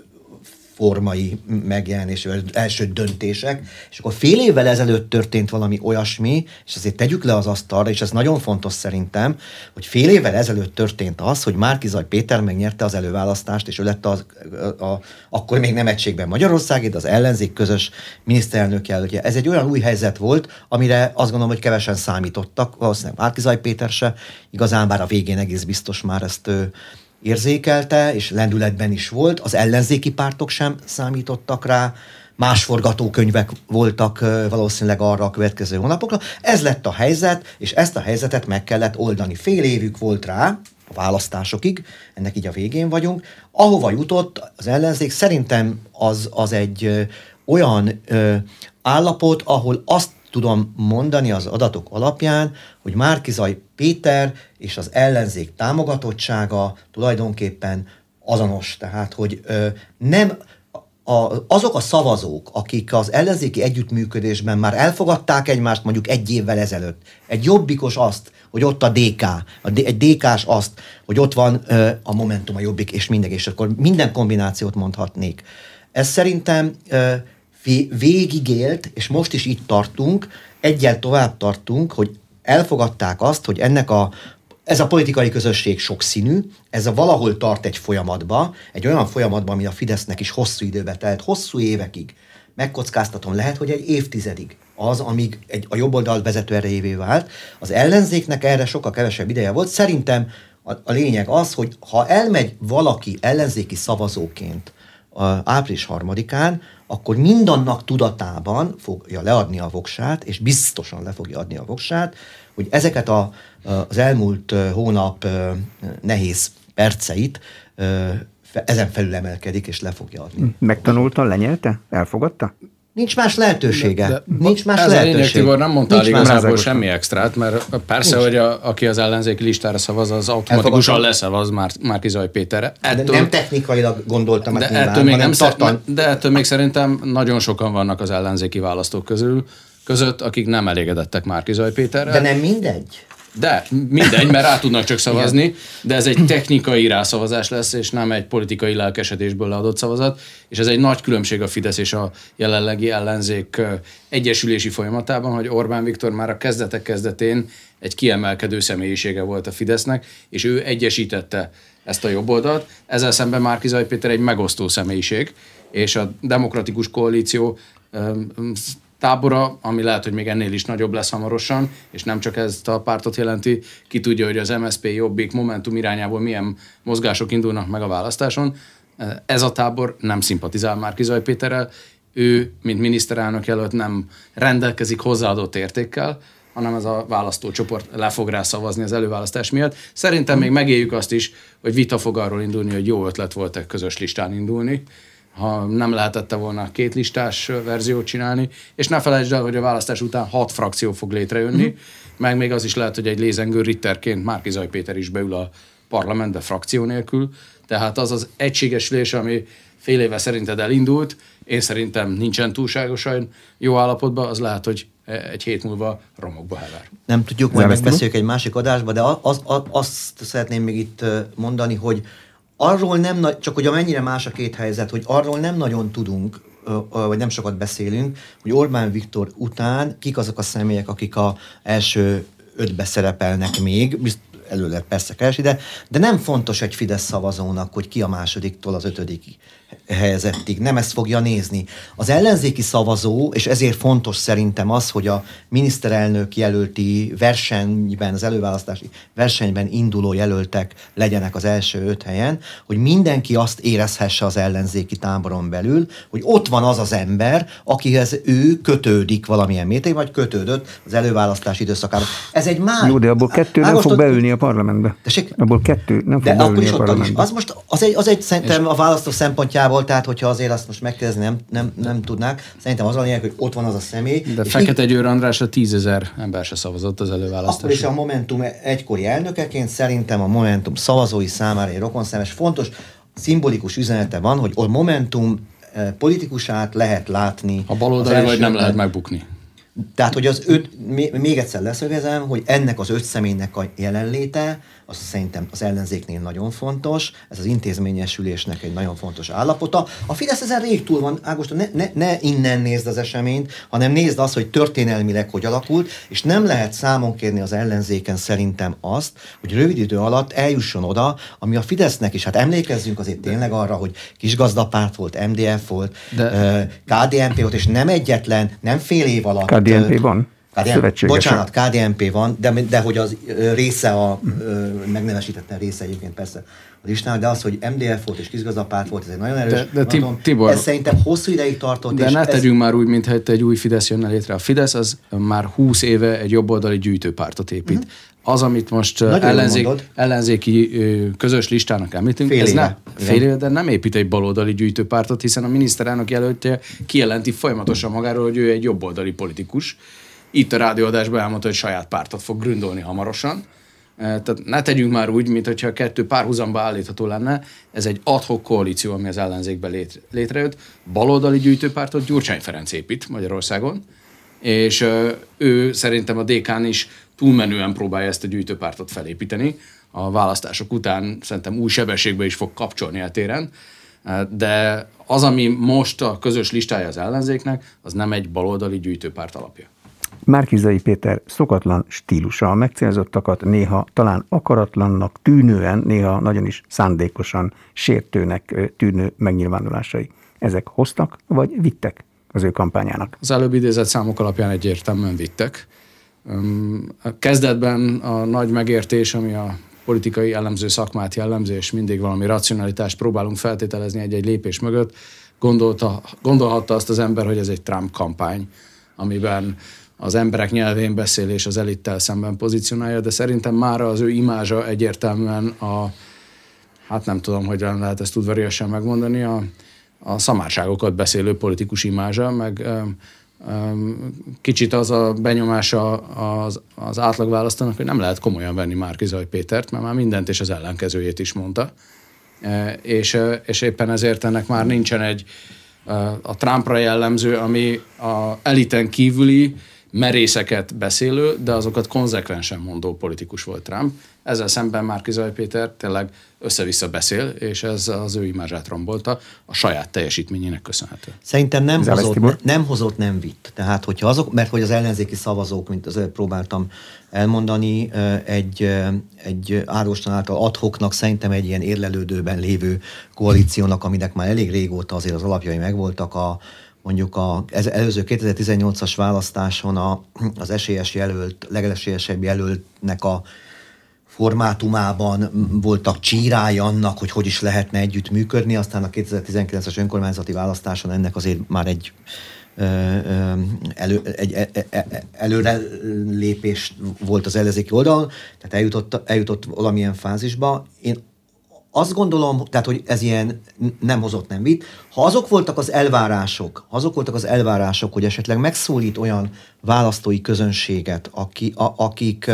Speaker 3: formai megjelenés, első döntések, és akkor fél évvel ezelőtt történt valami olyasmi, és azért tegyük le az asztalra, és ez nagyon fontos szerintem, hogy fél évvel ezelőtt történt az, hogy Márki-Zay Péter megnyerte az előválasztást, és ő lett az, a, a, akkor még nem egységben Magyarország, de az ellenzék közös miniszterelnök jelöltje. Ez egy olyan új helyzet volt, amire azt gondolom, hogy kevesen számítottak, valószínűleg Márki-Zay Péter se, igazán bár a végén egész biztos már ezt ő érzékelte, és lendületben is volt, az ellenzéki pártok sem számítottak rá, más forgatókönyvek voltak valószínűleg arra a következő hónapokra. Ez lett a helyzet, és ezt a helyzetet meg kellett oldani. Fél évük volt rá, a választásokig, ennek így a végén vagyunk. Ahova jutott az ellenzék, szerintem az, az egy ö, olyan ö, állapot, ahol azt tudom mondani az adatok alapján, hogy Márki-Zay Péter és az ellenzék támogatottsága tulajdonképpen azonos. Tehát, hogy ö, nem a, azok a szavazók, akik az ellenzéki együttműködésben már elfogadták egymást mondjuk egy évvel ezelőtt, egy jobbikos azt, hogy ott a dé ká, a D, egy dé ká-s azt, hogy ott van ö, a Momentum, a Jobbik és mindenki, és akkor minden kombinációt mondhatnék. Ez szerintem ö, végigélt, és most is itt tartunk, egyel tovább tartunk, hogy elfogadták azt, hogy ennek a, ez a politikai közösség sokszínű, ez a valahol tart egy folyamatba, egy olyan folyamatban, ami a Fidesznek is hosszú időbe telt, hosszú évekig, megkockáztatom, lehet, hogy egy évtizedig az, amíg egy, a jobb oldal vezető erejévé vált. Az ellenzéknek erre sokkal kevesebb ideje volt. Szerintem a, a lényeg az, hogy ha elmegy valaki ellenzéki szavazóként április harmadikán, akkor mindannak tudatában fogja leadni a voksát, és biztosan le fogja adni a voksát, hogy ezeket a, az elmúlt hónap nehéz perceit ezen felül emelkedik, és le fogja adni.
Speaker 1: Megtanulta, lenyelte? Elfogadta?
Speaker 3: Nincs más lehetősége. De, de,
Speaker 2: Nincs más ez lehetőség. Ez a lényeg, Tibor, nem mondtál igazából semmi extrát, mert persze, Nincs. hogy a, aki az ellenzéki listára szavaz, az automatikusan leszavaz már Márki-Zay Péterre.
Speaker 3: Ettől, de nem technikailag gondoltam,
Speaker 2: de, nyilván, ettől még nem tartan... de ettől még szerintem nagyon sokan vannak az ellenzéki választók közül, között, akik nem elégedettek Márki-Zay Péterrel.
Speaker 3: De nem mindegy.
Speaker 2: De mindegy, mert rá tudnak csak szavazni, de ez egy technikai rászavazás lesz, és nem egy politikai lelkesedésből leadott szavazat, és ez egy nagy különbség a Fidesz és a jelenlegi ellenzék egyesülési folyamatában, hogy Orbán Viktor már a kezdetek kezdetén egy kiemelkedő személyisége volt a Fidesznek, és ő egyesítette ezt a jobboldalt. Ezzel szemben Márki-Zay Péter egy megosztó személyiség, és a demokratikus koalíció tábora, ami lehet, hogy még ennél is nagyobb lesz hamarosan, és nem csak ezt a pártot jelenti, ki tudja, hogy az em es zé pé, Jobbik, Momentum irányából milyen mozgások indulnak meg a választáson. Ez a tábor nem szimpatizál Márki-Zay Péterrel, ő, mint miniszterelnök jelölt nem rendelkezik hozzáadott értékkel, hanem ez a választócsoport le fog rá szavazni az előválasztás miatt. Szerintem még megéljük azt is, hogy vita fog arról indulni, hogy jó ötlet volt-e közös listán indulni, ha nem lehetette volna két listás verziót csinálni, és ne felejtsd el, hogy a választás után hat frakció fog létrejönni, mm. meg még az is lehet, hogy egy lézengő ritterként Márki-Zay Péter is beül a parlamentbe frakció nélkül, tehát az az egységesülés, ami fél éve szerinted elindult, én szerintem nincsen túlságosan jó állapotban, az lehet, hogy egy hét múlva romokba hever.
Speaker 3: Nem tudjuk, majd megbeszéljük egy másik adásba, de az, az, azt szeretném még itt mondani, hogy arról nem, csak hogy mennyire más a két helyzet, hogy arról nem nagyon tudunk, vagy nem sokat beszélünk, hogy Orbán Viktor után kik azok a személyek, akik az első ötbe szerepelnek még, előle persze keresi, de, de nem fontos egy Fidesz szavazónak, hogy ki a másodiktól az ötödik helyezettig. Nem ezt fogja nézni. Az ellenzéki szavazó, és ezért fontos szerintem az, hogy a miniszterelnök jelölti versenyben, az előválasztási versenyben induló jelöltek legyenek az első öt helyen, hogy mindenki azt érezhesse az ellenzéki táboron belül, hogy ott van az az ember, akihez ő kötődik valamilyen mértékben, vagy kötődött az előválasztási időszakában. Ez egy már...
Speaker 1: Jó, de abból kettő nem fog beülni a parlamentbe.
Speaker 3: Tessék?
Speaker 1: Abból kettő nem fog
Speaker 3: de
Speaker 1: beülni
Speaker 3: a parlamentbe. Az most az egy, az egy szerintem
Speaker 2: és...
Speaker 3: a választó szempontjából, tehát hogyha azért azt most megkérdezni nem, nem, nem tudnák, szerintem az a lényeg, hogy ott van az a személy.
Speaker 2: De Fekete Győr Andrásra tízezer ember se szavazott az előválasztásra.
Speaker 3: Akkor is a Momentum egykori elnökeként szerintem a Momentum szavazói számára egy rokonszemes fontos, szimbolikus üzenete van, hogy a Momentum politikusát lehet látni.
Speaker 2: A baloldali vagy nem lehet megbukni.
Speaker 3: Tehát, hogy az öt, még egyszer leszögezem, hogy ennek az öt személynek a jelenléte, az szerintem az ellenzéknél nagyon fontos, ez az intézményesülésnek egy nagyon fontos állapota. A Fidesz ezen rég túl van, Ágoston, ne, ne, ne innen nézd az eseményt, hanem nézd azt, hogy történelmileg hogy alakult, és nem lehet számon kérni az ellenzéken szerintem azt, hogy rövid idő alatt eljusson oda, ami a Fidesznek is, hát emlékezzünk azért tényleg arra, hogy kisgazdapárt volt, em dé ef volt, de... ká dé en pé volt, és nem egyetlen, nem fél év alatt.
Speaker 1: ká dé en pé van?
Speaker 3: ká dé en pé, bocsánat, ká dé en pé van, de, de hogy az része, a megnevesítetlen része egyébként persze a listának, de az, hogy em dé ef volt és kisgazdapárt volt, ez egy nagyon erős.
Speaker 2: De, de
Speaker 3: mondom,
Speaker 2: Tibor,
Speaker 3: ez szerintem hosszú ideig tartott.
Speaker 2: De
Speaker 3: és
Speaker 2: ne
Speaker 3: ez...
Speaker 2: tegyünk már úgy, mintha egy új Fidesz jönne létre. A Fidesz az már húsz éve egy jobboldali gyűjtőpártot épít. Uh-huh. Az, amit most ellenzék, ellenzéki közös listának említünk,
Speaker 3: fél
Speaker 2: ez
Speaker 3: éve.
Speaker 2: Nem, fél éve, de nem épít egy baloldali gyűjtőpártot, hiszen a miniszterelnök jelöltje kijelenti folyamatosan magáról, hogy ő egy jobboldali politikus. Itt a rádióadásban elmondta, hogy saját pártot fog gründolni hamarosan. Tehát ne tegyünk már úgy, mintha a kettő párhuzamba állítható lenne. Ez egy ad-hoc koalíció, ami az ellenzékben létre, létrejött. Baloldali gyűjtőpártot Gyurcsány Ferenc épít Magyarországon, és ő szerintem a dé ká-n is túlmenően próbálja ezt a gyűjtőpártot felépíteni. A választások után szerintem új sebességbe is fog kapcsolni a téren. De az, ami most a közös listája az ellenzéknek, az nem egy baloldali gyűjtőpárt alapja.
Speaker 1: Márki-Zay Péter szokatlan stílusa, a megcélzottakat néha talán akaratlannak tűnően, néha nagyon is szándékosan sértőnek tűnő megnyilvánulásai. Ezek hoztak, vagy vittek az ő kampányának?
Speaker 2: Az előbb idézett számok alapján egyértelműen vittek. A kezdetben a nagy megértés, ami a politikai elemző szakmát jellemző, és mindig valami racionalitást próbálunk feltételezni egy-egy lépés mögött, gondolta, gondolhatta azt az ember, hogy ez egy Trump kampány, amiben az emberek nyelvén beszél és az elittel szemben pozícionálja, de szerintem már az ő imázsa egyértelműen a, hát nem tudom, hogy lehet ezt udvariasan megmondani, a, a szamárságokat beszélő politikus imázsa, meg um, um, kicsit az a benyomása az, az átlagválasztónak, hogy nem lehet komolyan venni Márki-Zay Pétert, mert már mindent és az ellenkezőjét is mondta. E, és, és éppen ezért ennek már nincsen egy a Trumpra jellemző, ami a eliten kívüli, merészeket beszélő, de azokat konzekvensen mondó politikus volt Trump. Ezzel szemben Márki-Zay Péter tényleg össze-vissza beszél, és ez az ő imázsát rombolta a saját teljesítményének köszönhető.
Speaker 3: Szerintem nem hozott, ne, nem hozott, nem vitt. Tehát, hogyha azok, mert hogy az ellenzéki szavazók, mint az előbb próbáltam elmondani, egy, egy Ágoston által ad-hocnak szerintem egy ilyen érlelődőben lévő koalíciónak, aminek már elég régóta azért az alapjai megvoltak, a mondjuk az előző kétezer-tizennyolcas választáson a, az esélyes jelölt, legesélyesebb jelöltnek a formátumában voltak csírái annak, hogy hogy is lehetne együtt működni, aztán a kétezer-tizenkilences önkormányzati választáson ennek azért már egy, elő, egy előre lépés volt az ellenzéki oldalon, tehát eljutott, eljutott valamilyen fázisba. Én azt gondolom, tehát, hogy ez ilyen nem hozott, nem vitt. Ha azok voltak az elvárások, ha azok voltak az elvárások, hogy esetleg megszólít olyan választói közönséget, aki, a, akik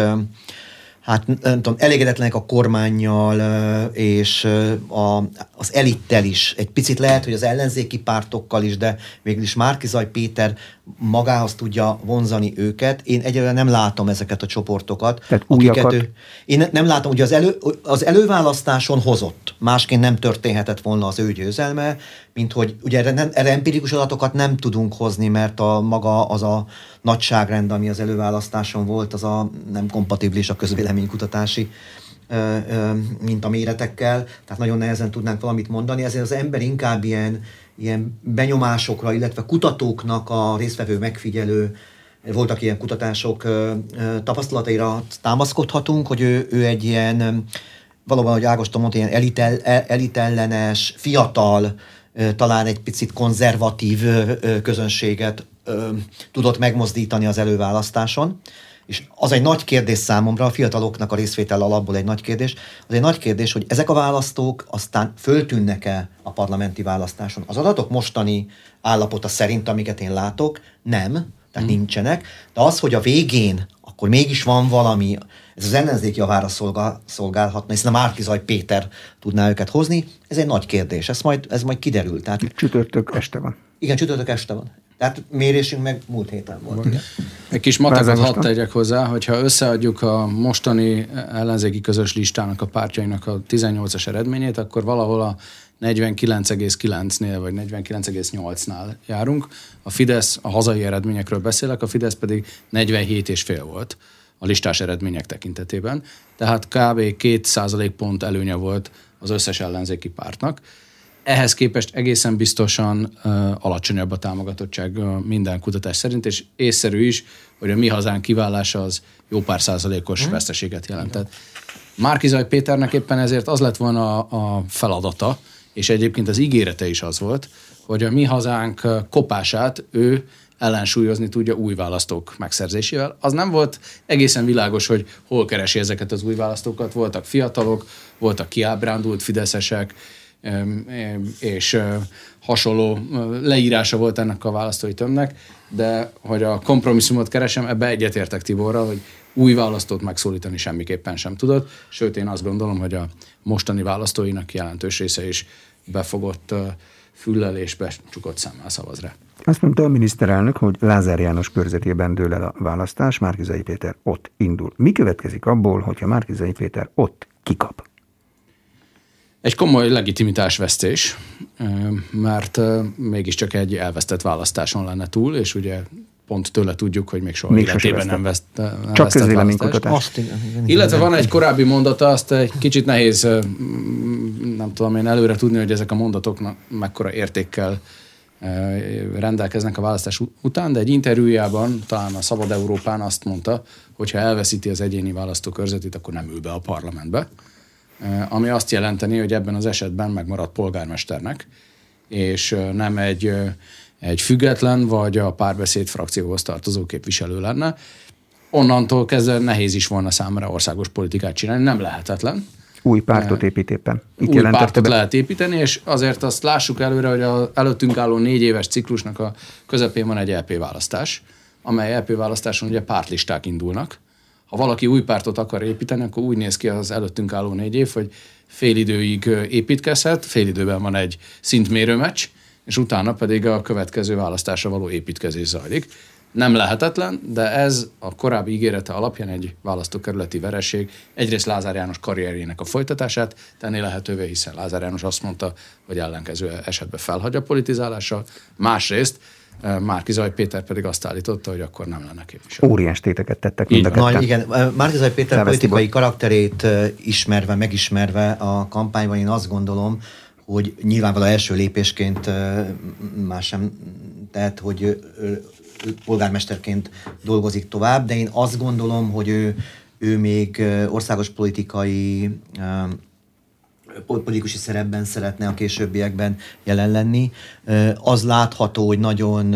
Speaker 3: hát nem tudom, elégedetlenek a kormánnyal és a, az elittel is. Egy picit lehet, hogy az ellenzéki pártokkal is, de végül is Márki-Zay Péter magához tudja vonzani őket. Én egyelőre nem látom ezeket a csoportokat.
Speaker 1: Tehát újakat?
Speaker 3: Ő, én nem látom, hogy az, elő, az előválasztáson hozott. Másként nem történhetett volna az ő győzelme, mint hogy ugye erre, nem, erre empirikus adatokat nem tudunk hozni, mert a maga az a nagyságrend, ami az előválasztáson volt, az a nem kompatibilis a közvéleménykutatási ö, ö, mint a méretekkel, tehát nagyon nehezen tudnánk valamit mondani, ezért az ember inkább ilyen, ilyen benyomásokra, illetve kutatóknak a résztvevő megfigyelő, voltak ilyen kutatások ö, ö, tapasztalataira támaszkodhatunk, hogy ő, ő egy ilyen, valóban, hogy Ágoston mondta, ilyen elitel, elitellenes, fiatal, ö, talán egy picit konzervatív ö, ö, közönséget ö, tudott megmozdítani az előválasztáson. És az egy nagy kérdés számomra, a fiataloknak a részvétel alapból egy nagy kérdés, az egy nagy kérdés, hogy ezek a választók aztán föltűnnek-e a parlamenti választáson. Az adatok mostani állapota szerint, amiket én látok, nem, tehát hmm. nincsenek, de az, hogy a végén akkor mégis van valami, ez az ellenzék javára szolgál, szolgálhatna, hiszen a Márki-Zay Péter tudná őket hozni, ez egy nagy kérdés, ez majd, ez majd kiderül. Tehát,
Speaker 1: csütörtök este van.
Speaker 3: Igen, csütörtök este van. Tehát mérésünk meg múlt héten volt. Igen.
Speaker 2: Egy kis matekot hadd tegyek hozzá, hogyha összeadjuk a mostani ellenzéki közös listának a pártjainak a tizennyolcas eredményét, akkor valahol a negyvenkilenc egész kilencnél vagy negyvenkilenc egész nyolcnál járunk. A Fidesz, a hazai eredményekről beszélek, a Fidesz pedig negyvenhét egész öt volt a listás eredmények tekintetében. Tehát kb. két százalékpont előnye volt az összes ellenzéki pártnak. Ehhez képest egészen biztosan uh, alacsonyabb a támogatottság uh, minden kutatás szerint, és észszerű is, hogy a Mi Hazánk kiválása az jó pár százalékos hmm. veszteséget jelentett. Márki-Zay Péternek éppen ezért az lett volna a, a feladata, és egyébként az ígérete is az volt, hogy a Mi Hazánk kopását ő ellensúlyozni tudja új választók megszerzésével. Az nem volt egészen világos, hogy hol keresi ezeket az új választókat. Voltak fiatalok, voltak kiábrándult fideszesek, és hasonló leírása volt ennek a választói tömnek, de hogy a kompromisszumot keresem, ebbe egyetértek Tiborral, hogy új választót megszólítani semmiképpen sem tudott, sőt én azt gondolom, hogy a mostani választóinak jelentős része is befogott füllel és becsukott szemmel szavaz rá.
Speaker 1: Azt mondta a miniszterelnök, hogy Lázár János körzetében dől el a választás, Márki-Zay Péter ott indul. Mi következik abból, hogyha Márki-Zay Péter ott kikap?
Speaker 2: Egy komoly legitimitásvesztés, mert mégiscsak egy elvesztett választáson lenne túl, és ugye pont tőle tudjuk, hogy még soha még életében nem, veszt, nem
Speaker 1: Csak közvéleménykutatás.
Speaker 2: Illetve van egy korábbi mondata, azt egy kicsit nehéz, nem tudom én előre tudni, hogy ezek a mondatoknak mekkora értékkel rendelkeznek a választás után, de egy interjújában, talán a Szabad Európán azt mondta, hogy ha elveszíti az egyéni választókörzetét, akkor nem ül be a parlamentbe. Ami azt jelenteni, hogy ebben az esetben megmaradt polgármesternek, és nem egy, egy független vagy a Párbeszéd frakcióhoz tartozó képviselő lenne. Onnantól kezdve nehéz is volna számára országos politikát csinálni, nem lehetetlen.
Speaker 1: Új pártot épít éppen.
Speaker 2: Itt új pártot be. lehet építeni, és azért azt lássuk előre, hogy az előttünk álló négy éves ciklusnak a közepén van egy é pé választás, amely é pé választáson ugye pártlisták indulnak. Ha valaki új pártot akar építeni, akkor úgy néz ki az előttünk álló négy év, hogy fél időig építkezhet, fél időben van egy szintmérő meccs, és utána pedig a következő választásra való építkezés zajlik. Nem lehetetlen, de ez a korábbi ígérete alapján egy választókerületi vereség egyrészt Lázár János karrierjének a folytatását tenni lehetővé, hiszen Lázár János azt mondta, hogy ellenkező esetben felhagy a politizálással. Másrészt Márki-Zay Péter pedig azt állította, hogy akkor nem lenne képviselő.
Speaker 1: Óriás téteket tettek mind a ketten.
Speaker 3: Igen, Márki-Zay Péter politikai karakterét ismerve, megismerve a kampányban én azt gondolom, hogy nyilvánvalóan első lépésként más sem tehet, hogy polgármesterként dolgozik tovább, de én azt gondolom, hogy ő, ő még országos politikai politikusi szerepben szeretne a későbbiekben jelen lenni. Az látható, hogy nagyon,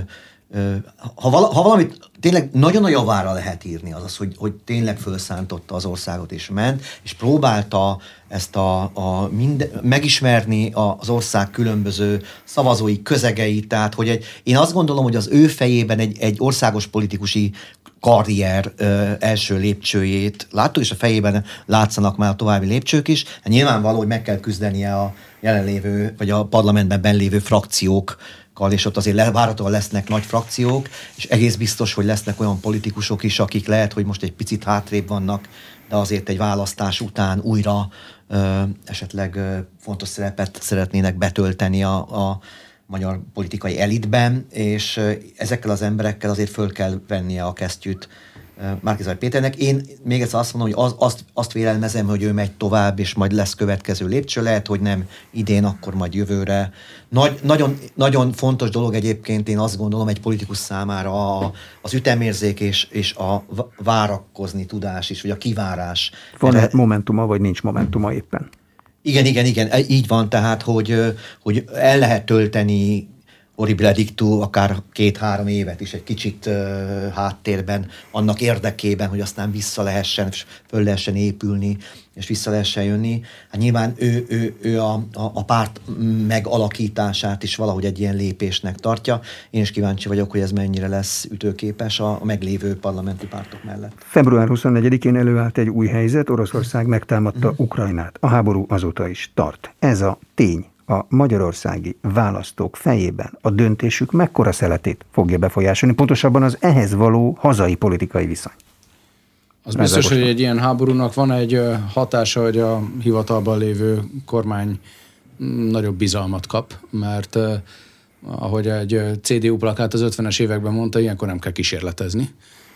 Speaker 3: ha, vala, ha valamit tényleg nagyon a javára lehet írni, az az, hogy, hogy tényleg felszántotta az országot és ment, és próbálta ezt a, a minden, megismerni az ország különböző szavazói közegeit, tehát hogy egy, én azt gondolom, hogy az ő fejében egy, egy országos politikusi karrier ö, első lépcsőjét láttuk, és a fejében látszanak már a további lépcsők is. Hát nyilvánvaló, hogy meg kell küzdenie a jelenlévő, vagy a parlamentben benlévő frakciókkal, és ott azért várhatóan lesznek nagy frakciók, és egész biztos, hogy lesznek olyan politikusok is, akik lehet, hogy most egy picit hátrébb vannak, de azért egy választás után újra ö, esetleg ö, fontos szerepet szeretnének betölteni a, a magyar politikai elitben, és ezekkel az emberekkel azért föl kell vennie a kesztyűt Márki-Zay Péternek. Én még egyszer azt mondom, hogy az, azt, azt vélelmezem, hogy ő megy tovább, és majd lesz következő lépcső, lehet, hogy nem idén, akkor majd jövőre. Nagy, nagyon, nagyon fontos dolog egyébként, én azt gondolom, egy politikus számára a, az ütemérzék és, és a várakozni tudás is, vagy a kivárás.
Speaker 1: Van-e momentuma, vagy nincs momentuma éppen?
Speaker 3: Igen, igen, igen, így van, tehát, hogy, hogy el lehet tölteni horribile dictu akár két-három évet is egy kicsit uh, háttérben, annak érdekében, hogy aztán vissza lehessen, föl lehessen épülni, és vissza lehessen jönni. Hát nyilván ő, ő, ő a, a, a párt megalakítását is valahogy egy ilyen lépésnek tartja. Én is kíváncsi vagyok, hogy ez mennyire lesz ütőképes a, a meglévő parlamenti pártok mellett.
Speaker 1: február huszonnegyedikén előállt egy új helyzet, Oroszország megtámadta mm. Ukrajnát. A háború azóta is tart. Ez a tény a magyarországi választók fejében a döntésük mekkora szeletét fogja befolyásolni, pontosabban az ehhez való hazai politikai viszony?
Speaker 2: Az biztos, hogy egy ilyen háborúnak van egy hatása, hogy a hivatalban lévő kormány nagyobb bizalmat kap, mert ahogy egy cé dé u plakát az ötvenes években mondta, ilyenkor nem kell kísérletezni.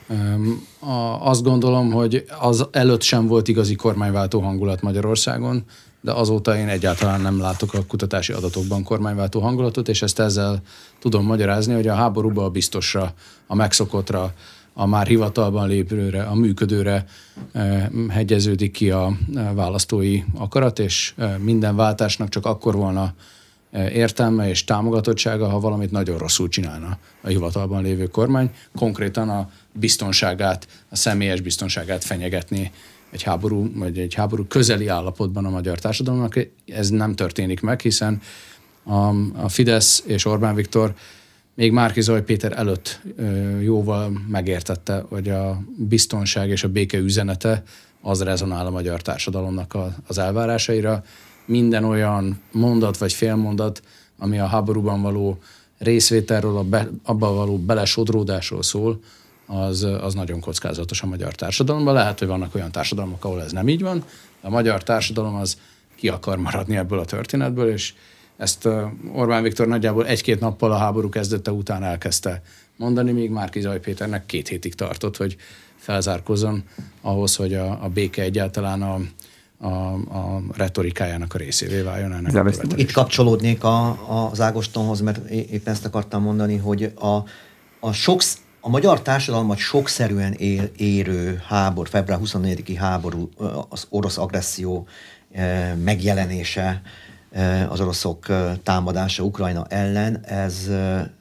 Speaker 2: Azt gondolom, hogy az előtt sem volt igazi kormányváltó hangulat Magyarországon, de azóta én egyáltalán nem látok a kutatási adatokban kormányváltó hangulatot, és ezt ezzel tudom magyarázni, hogy a háborúban a biztosra, a megszokottra, a már hivatalban lépőre, a működőre eh, hegyeződik ki a eh, választói akarat, és eh, minden váltásnak csak akkor volna eh, értelme és támogatottsága, ha valamit nagyon rosszul csinálna a hivatalban lévő kormány, konkrétan a biztonságát, a személyes biztonságát fenyegetni egy háború, vagy egy háború közeli állapotban a magyar társadalomnak. Ez nem történik meg, hiszen a, a Fidesz és Orbán Viktor még Márki-Zay Péter előtt jóval megértette, hogy a biztonság és a béke üzenete az rezonál a magyar társadalomnak az elvárásaira. Minden olyan mondat vagy félmondat, ami a háborúban való részvételről, a be, abban való belesodródásról szól, az, az nagyon kockázatos a magyar társadalomban. Lehet, hogy vannak olyan társadalmak, ahol ez nem így van, de a magyar társadalom az ki akar maradni ebből a történetből, és ezt Orbán Viktor nagyjából egy-két nappal a háború kezdete után elkezdte mondani, míg Márki-Zay Péternek két hétig tartott, hogy felzárkozzon ahhoz, hogy a, a béke egyáltalán a, a, a retorikájának a részévé váljon. Ennek
Speaker 3: Itt kapcsolódnék a, a, az Ágostonhoz, mert éppen ezt akartam mondani, hogy a, a sok A magyar társadalmat sokszerűen ér, érő háború, február huszonnegyediki háború, az orosz agresszió megjelenése, az oroszok támadása Ukrajna ellen, ez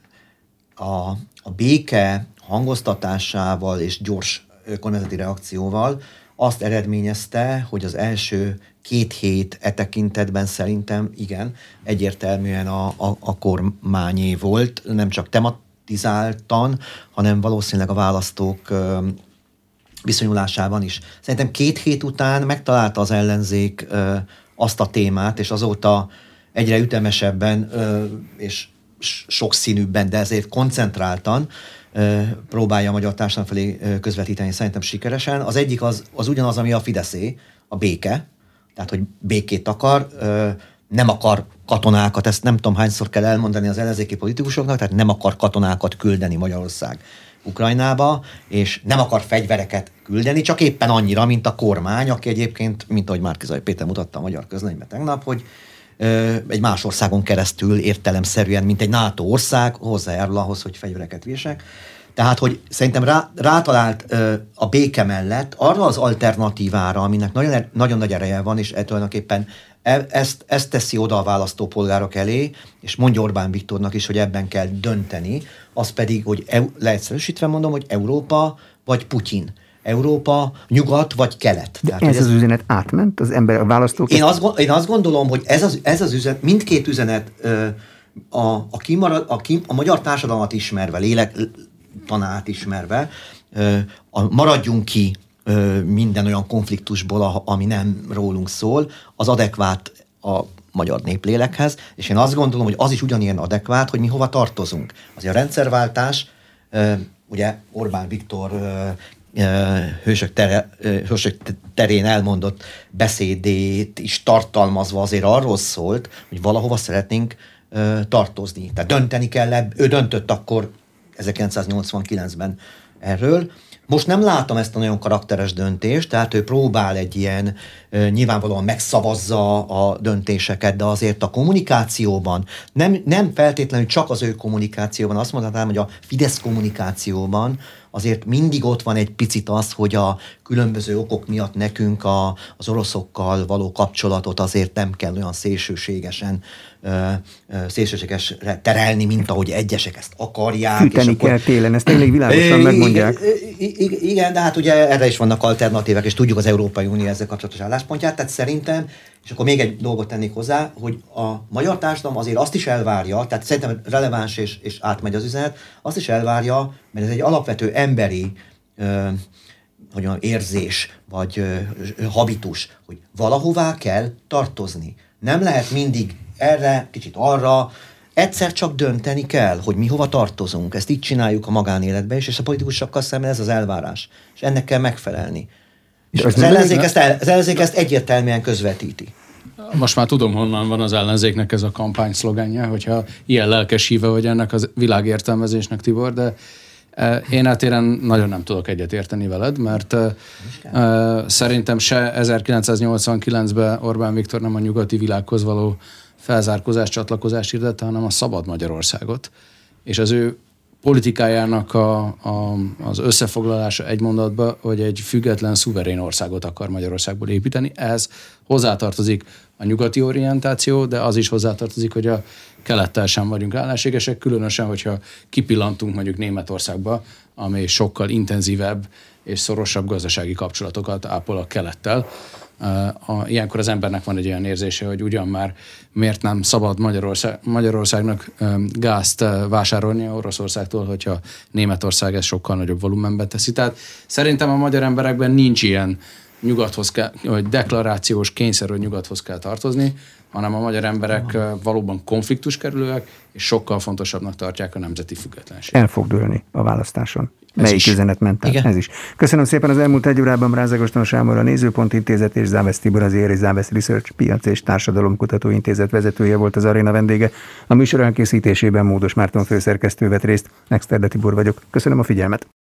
Speaker 3: a, a béke hangoztatásával és gyors kormányzati reakcióval azt eredményezte, hogy az első két hét e tekintetben szerintem igen, egyértelműen a, a, a kormányé volt, nem csak tematizáltan, hanem valószínűleg a választók viszonyulásában is. Szerintem két hét után megtalálta az ellenzék azt a témát, és azóta egyre ütemesebben és sokszínűbben, de ezért koncentráltan próbálja a magyar társadalom felé közvetíteni, szerintem sikeresen. Az egyik az, az ugyanaz, ami a Fideszé, a béke, tehát, hogy békét akar, nem akar katonákat, ezt nem tudom hányszor kell elmondani az ellenzéki politikusoknak, tehát nem akar katonákat küldeni Magyarország Ukrajnába, és nem akar fegyvereket küldeni, csak éppen annyira, mint a kormány, aki egyébként, mint ahogy Márki-Zay Péter mutatta a Magyar Közlönyben tegnap, hogy ö, egy más országon keresztül értelemszerűen, mint egy NATO ország hozzájárul ahhoz, hogy fegyvereket vések. Tehát, hogy szerintem rá, rátalált ö, a béke mellett arra az alternatívára, aminek nagyon, nagyon nagy ereje van, és tulajdonképpen e, ezt, ezt teszi oda a választópolgárok elé, és mondja Orbán Viktornak is, hogy ebben kell dönteni, az pedig, hogy e, leegyszerűsítve mondom, hogy Európa vagy Putyin. Európa, nyugat vagy kelet.
Speaker 1: De
Speaker 3: Tehát,
Speaker 1: ez,
Speaker 3: ez
Speaker 1: az üzenet átment az ember, a választók?
Speaker 3: Én azt, én azt gondolom, hogy ez az, ez az üzenet, mindkét üzenet ö, a, a, kimarad, a, ki, a magyar társadalmat ismerve, lélek tanát ismerve, ö, a, maradjunk ki ö, minden olyan konfliktusból, a, ami nem rólunk szól, az adekvát a magyar néplélekhez, és én azt gondolom, hogy az is ugyanilyen adekvát, hogy mi hova tartozunk. Azért a rendszerváltás, ö, ugye Orbán Viktor ö, hősök, tere, hősök terén elmondott beszédét is tartalmazva azért arról szólt, hogy valahova szeretnénk uh, tartozni. Tehát dönteni kell, ő döntött akkor ezerkilencszáznyolcvankilencben erről. Most nem látom ezt a nagyon karakteres döntést, tehát ő próbál egy ilyen, uh, nyilvánvalóan megszavazza a döntéseket, de azért a kommunikációban, nem, nem feltétlenül csak az ő kommunikációban, azt mondhatnám, hogy a Fidesz kommunikációban azért mindig ott van egy picit az, hogy a különböző okok miatt nekünk a, az oroszokkal való kapcsolatot azért nem kell olyan szélsőségesen ö, ö, szélsőségesre terelni, mint ahogy egyesek ezt akarják.
Speaker 1: Fűteni kell akkor... télen, ezt tényleg világosan megmondják.
Speaker 3: Igen, de hát ugye erre is vannak alternatívek, és tudjuk az Európai Unió ezzel kapcsolatos álláspontját, tehát szerintem, és akkor még egy dolgot tennék hozzá, hogy a magyar társadalom azért azt is elvárja, tehát szerintem releváns és, és átmegy az üzenet, azt is elvárja, mert ez egy alapvető emberi ö, hogy mondjam, érzés, vagy ö, habitus, hogy valahová kell tartozni. Nem lehet mindig erre, kicsit arra, egyszer csak dönteni kell, hogy mi hova tartozunk. Ezt így csináljuk a magánéletben is, és a politikusokkal szemben ez az elvárás. És ennek kell megfelelni. És az, az, ellenzék ezt el, az ellenzék ezt egyértelműen közvetíti.
Speaker 2: Most már tudom, honnan van az ellenzéknek ez a kampány szlogenje, hogyha ilyen lelkes híve vagy ennek a világértelmezésnek, Tibor, de én eltéren nagyon nem tudok egyet érteni veled, mert uh, szerintem se ezerkilencszáznyolcvankilencben Orbán Viktor nem a nyugati világhoz való felzárkózás, csatlakozást hirdette, hanem a szabad Magyarországot. És az ő politikájának a, a, az összefoglalása egy mondatba, hogy egy független, szuverén országot akar Magyarországból építeni. Ehhez hozzátartozik a nyugati orientáció, de az is hozzátartozik, hogy a kelettel sem vagyunk ellenségesek, különösen, hogyha kipillantunk mondjuk Németországba, amely sokkal intenzívebb és szorosabb gazdasági kapcsolatokat ápol a kelettel. A, ilyenkor az embernek van egy olyan érzése, hogy ugyan már miért nem szabad Magyarország, Magyarországnak gázt vásárolni Oroszországtól, hogyha Németország ezt sokkal nagyobb volumenben teszi. Tehát szerintem a magyar emberekben nincs ilyen nyugathoz kell, vagy deklarációs kényszer, hogy nyugathoz kell tartozni, hanem a magyar emberek valóban konfliktuskerülőek, és sokkal fontosabbnak tartják a nemzeti függetlenséget.
Speaker 1: El fog dőlni a választáson.
Speaker 2: Ez
Speaker 1: Melyik
Speaker 2: is.
Speaker 1: üzenet ment át? Ez is. Köszönöm szépen az elmúlt egy órában Brázák Oston Sámor, a Nézőpont Intézet és Závesz Tibor, az Éri Závesz Research Piac és Társadalomkutató Intézet vezetője volt az aréna vendége. A műsor elkészítésében Módos Márton főszerkesztő vett részt, Exterde Tibor vagyok. Köszönöm a figyelmet.